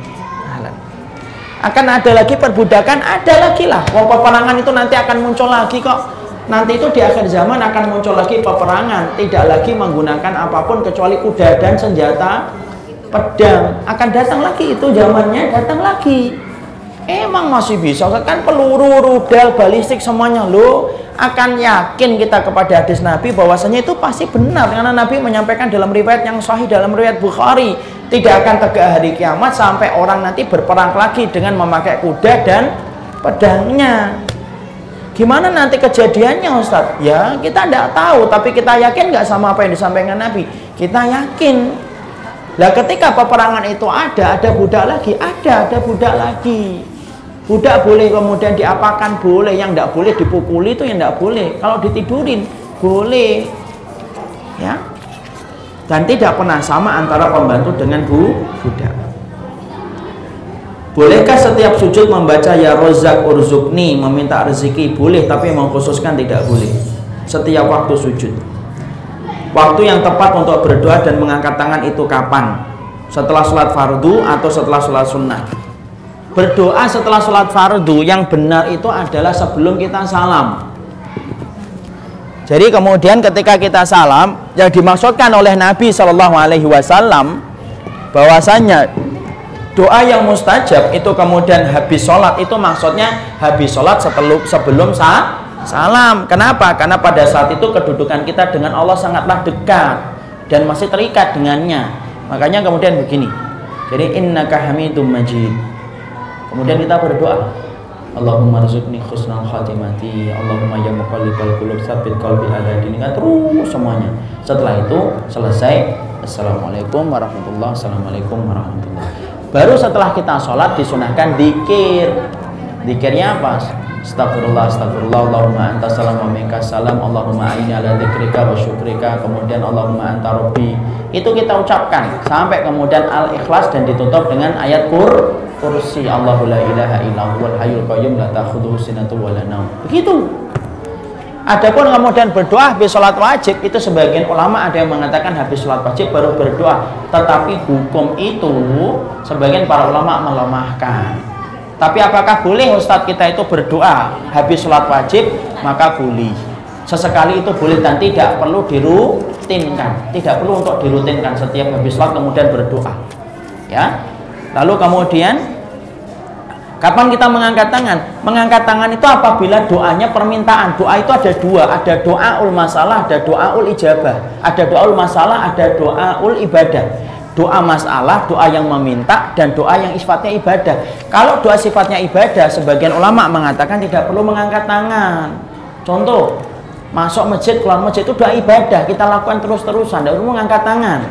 Akan ada lagi perbudakan, ada lagi lah. Peperangan itu nanti akan muncul lagi kok. Nanti itu di akhir zaman akan muncul lagi peperangan. Tidak lagi menggunakan apapun kecuali kuda dan senjata pedang. Akan datang lagi itu zamannya, datang lagi. Emang masih bisa kan peluru, rudal, balistik semuanya loh. Akan yakin kita kepada hadis Nabi bahwasanya itu pasti benar karena Nabi menyampaikan dalam riwayat yang sahih dalam riwayat Bukhari, tidak akan tegak hari kiamat sampai orang nanti berperang lagi dengan memakai kuda dan pedangnya. Gimana nanti kejadiannya Ustadz? Ya kita tidak tahu, tapi kita yakin nggak sama apa yang disampaikan Nabi? Kita yakin. Lah ketika peperangan itu ada budak lagi, ada budak lagi. Budak boleh kemudian diapakan, boleh. Yang tidak boleh dipukuli itu yang tidak boleh. Kalau ditidurin boleh, ya. Dan tidak pernah sama antara pembantu dengan budak. Bolehkah setiap sujud membaca ya Rozak Urzukni, meminta rezeki? Boleh, tapi mengkhususkan tidak boleh. Setiap waktu sujud. Waktu yang tepat untuk berdoa dan mengangkat tangan itu kapan? Setelah sholat fardu atau setelah sholat sunnah? Berdoa setelah sholat fardu yang benar itu adalah sebelum kita salam. Jadi kemudian ketika kita salam, yang dimaksudkan oleh Nabi SAW bahwasanya doa yang mustajab itu kemudian habis sholat, itu maksudnya habis sholat sebelum salam. Kenapa? Karena pada saat itu kedudukan kita dengan Allah sangatlah dekat dan masih terikat dengannya. Makanya kemudian begini. Jadi innaka hamidum majid. Kemudian kita berdoa, Allahumma rzuqni husnal khatimati, Allahumma ya muqallibal qulub tsabbit qalbi ala dinika, terus semuanya. Setelah itu selesai, Assalamualaikum warahmatullahi wabarakatuh. Assalamualaikum warahmatullahi wabarakatuh. Baru setelah kita sholat disunahkan dzikir. Dzikirnya apa? Astagfirullah, astagfirullah, Allahumma anta salam wa minka salam, Allahumma a'inni ala dzikrika wa syukrika, kemudian Allahumma anta rabbi. Itu kita ucapkan sampai kemudian al-ikhlas dan ditutup dengan ayat kursi, Allahu la ilaha illa huwal hayyul qayyum la ta'khudhuhu sinatun wa la naum. Begitu. Adapun kemudian berdoa habis sholat wajib, itu sebagian ulama ada yang mengatakan habis sholat wajib baru berdoa. Tetapi hukum itu sebagian para ulama melemahkan. Tapi apakah boleh Ustadz kita itu berdoa habis sholat wajib? Maka boleh. Sesekali itu boleh dan tidak perlu dirutinkan. Tidak perlu untuk dirutinkan setiap habis sholat kemudian berdoa. Ya. Lalu kemudian kapan kita mengangkat tangan? Mengangkat tangan itu apabila doanya permintaan. Doa itu ada dua, ada doaul masalah, ada doaul ijabah. Ada doaul masalah, ada doaul ibadah. Doa masalah, doa yang meminta, dan doa yang sifatnya ibadah. Kalau doa sifatnya ibadah, sebagian ulama mengatakan tidak perlu mengangkat tangan. Contoh, masuk masjid, keluar masjid itu doa ibadah, kita lakukan terus-terusan, tidak perlu mengangkat tangan.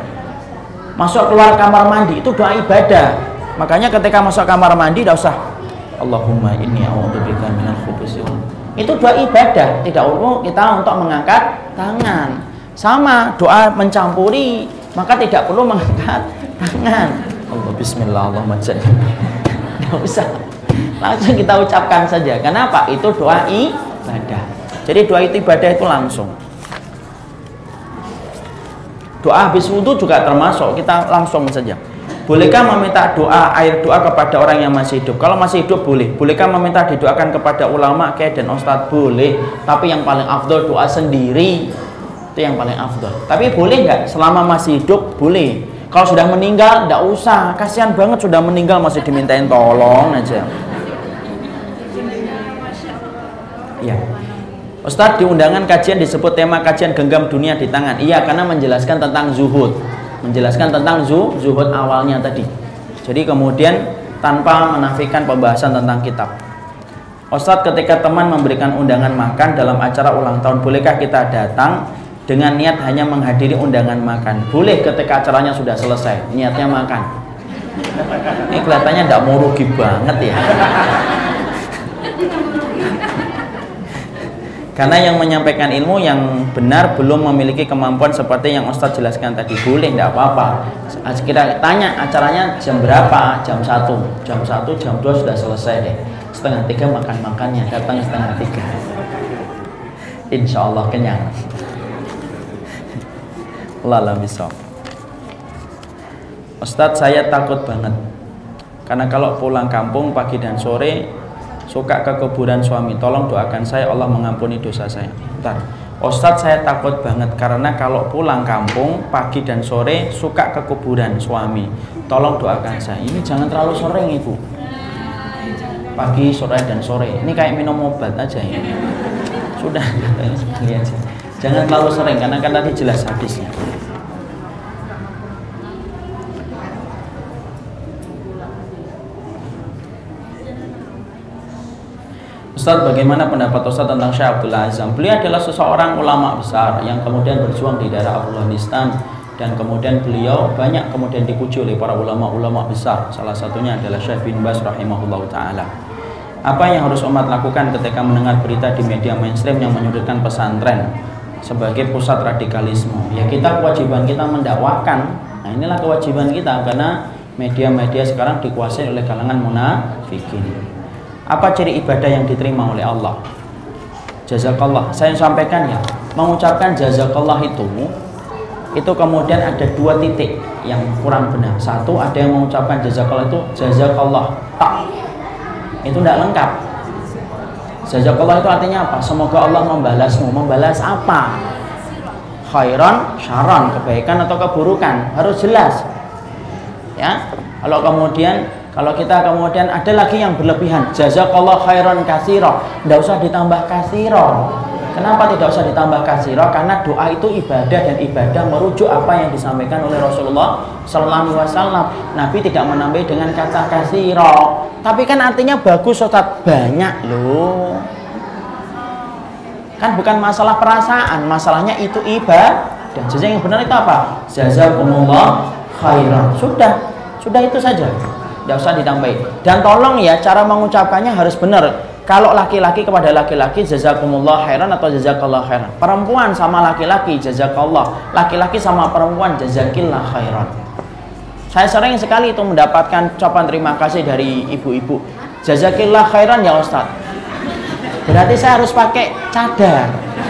Masuk keluar kamar mandi itu doa ibadah. Makanya ketika masuk kamar mandi tidak usah Allahumma inni a'udzubika minal khubuthi. Itu doa ibadah, tidak perlu kita untuk mengangkat tangan. Sama doa mencampuri, maka tidak perlu mengangkat tangan. Allah bismillah, Allahumma jalla. Tidak usah. Langsung kita ucapkan saja. Kenapa? Itu doa ibadah. Jadi doa itu ibadah itu langsung. Doa habis wudhu juga termasuk, kita langsung saja. Bolehkah meminta doa, air doa kepada orang yang masih hidup? Kalau masih hidup boleh. Bolehkah meminta didoakan kepada ulama, kiai dan ustadz? Boleh. Tapi yang paling afdol doa sendiri. Itu yang paling afdol. Tapi boleh nggak selama masih hidup? Boleh. Kalau sudah meninggal, nggak usah. Kasihan banget sudah meninggal masih dimintain tolong aja. Iya. Ustadz, di undangan kajian disebut tema kajian genggam dunia di tangan. Iya, karena menjelaskan tentang zuhud. Menjelaskan tentang zuhud awalnya tadi. Jadi kemudian tanpa menafikan pembahasan tentang kitab. Ustadz, ketika teman memberikan undangan makan dalam acara ulang tahun, bolehkah kita datang dengan niat hanya menghadiri undangan makan? Boleh ketika acaranya sudah selesai, niatnya makan. Ini kelihatannya tidak mau rugi banget ya. Karena yang menyampaikan ilmu yang benar belum memiliki kemampuan seperti yang Ustadz jelaskan tadi. Boleh, tidak apa-apa. Kita tanya acaranya jam berapa? Jam 1. Jam 1, jam 2 sudah selesai deh. 2:30 makan-makannya, datang 2:30. Insya Allah kenyang. Allah misal. Ustadz, saya takut banget. Karena kalau pulang kampung pagi dan sore suka ke kuburan suami. Tolong doakan saya, Allah mengampuni dosa saya. Bentar. Ustadz, saya takut banget karena kalau pulang kampung pagi dan sore suka ke kuburan suami. Tolong doakan saya. Ini jangan terlalu sering, Ibu. Pagi, sore dan sore. Ini kayak minum obat aja ya. Sudah, katanya sekali aja. Jangan terlalu sering karena kan tadi jelas hadisnya. Ustadz, bagaimana pendapat Ustadz tentang Syekh Abdul Azam? Beliau adalah seseorang ulama besar yang kemudian berjuang di daerah Afghanistan, dan kemudian beliau banyak kemudian dipuji oleh para ulama-ulama besar. Salah satunya adalah Syekh bin Baz rahimahullah ta'ala. Apa yang harus umat lakukan ketika mendengar berita di media mainstream yang menyudutkan pesantren sebagai pusat radikalisme? Ya, kewajiban kita mendakwahkan. Nah, inilah kewajiban kita karena media-media sekarang dikuasai oleh kalangan munafikin. Apa ciri ibadah yang diterima oleh Allah? Jazakallah. Saya sampaikan ya, mengucapkan jazakallah itu kemudian ada 2 titik yang kurang benar. Satu, ada yang mengucapkan jazakallah itu jazakallah tak. Itu tidak lengkap. Jazakallah itu artinya apa? Semoga Allah membalasmu. Membalas apa? Khairan, syaran, kebaikan atau keburukan. Harus jelas. Ya. Kalau kita kemudian ada lagi yang berlebihan, jazakallah khairan katsira, tidak usah ditambah katsira. Kenapa tidak usah ditambah katsira? Karena doa itu ibadah, dan ibadah merujuk apa yang disampaikan oleh Rasulullah sallallahu alaihi wasallam. Nabi tidak menambah dengan kata katsira. Tapi kan artinya bagus, Ustaz, banyak loh. Kan bukan masalah perasaan, masalahnya itu ibadah. Jadi yang benar itu apa? Jazakumullah khairan. Sudah itu saja. Tidak usah ditambahin. Dan tolong ya, cara mengucapkannya harus benar. Kalau laki-laki kepada laki-laki jazakumullah khairan atau jazakallah khairan. Perempuan sama laki-laki jazakallah. Laki-laki sama perempuan jazakillah khairan. Saya sering sekali itu mendapatkan ucapan terima kasih dari ibu-ibu. Jazakillah khairan ya Ustaz. Berarti saya harus pakai cadar.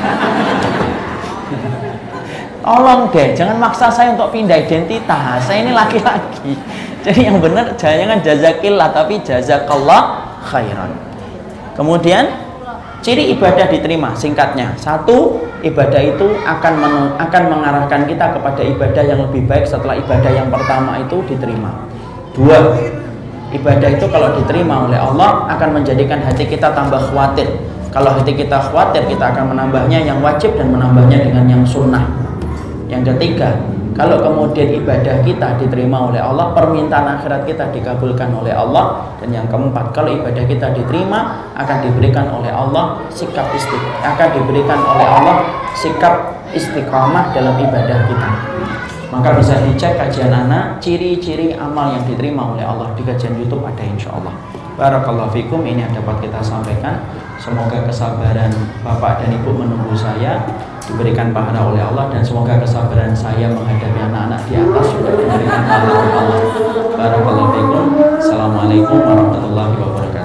Tolong deh, jangan maksa saya untuk pindah identitas. Saya ini laki-laki. Jadi yang benar jangan jazakillah, tapi jazakallah khairan. Kemudian ciri ibadah diterima, singkatnya. 1, ibadah itu akan mengarahkan kita kepada ibadah yang lebih baik setelah ibadah yang pertama itu diterima. 2, ibadah itu kalau diterima oleh Allah akan menjadikan hati kita tambah khawatir. Kalau hati kita khawatir, kita akan menambahnya yang wajib dan menambahnya dengan yang sunnah. Yang ketiga, kalau kemudian ibadah kita diterima oleh Allah, permintaan akhirat kita dikabulkan oleh Allah. Dan yang keempat, kalau ibadah kita diterima, akan diberikan oleh Allah sikap istiqamah dalam ibadah kita. Maka bisa dicek kajian anak, ciri-ciri amal yang diterima oleh Allah di kajian YouTube ada insya Allah. Barakallahu fikum, ini yang dapat kita sampaikan. Semoga kesabaran Bapak dan Ibu menunggu saya diberikan pahala oleh Allah, dan semoga kesabaran saya menghadapi anak-anak di atas juga diberikan pahala oleh Allah. Barakallahu fikum. Assalamualaikum warahmatullahi wabarakatuh.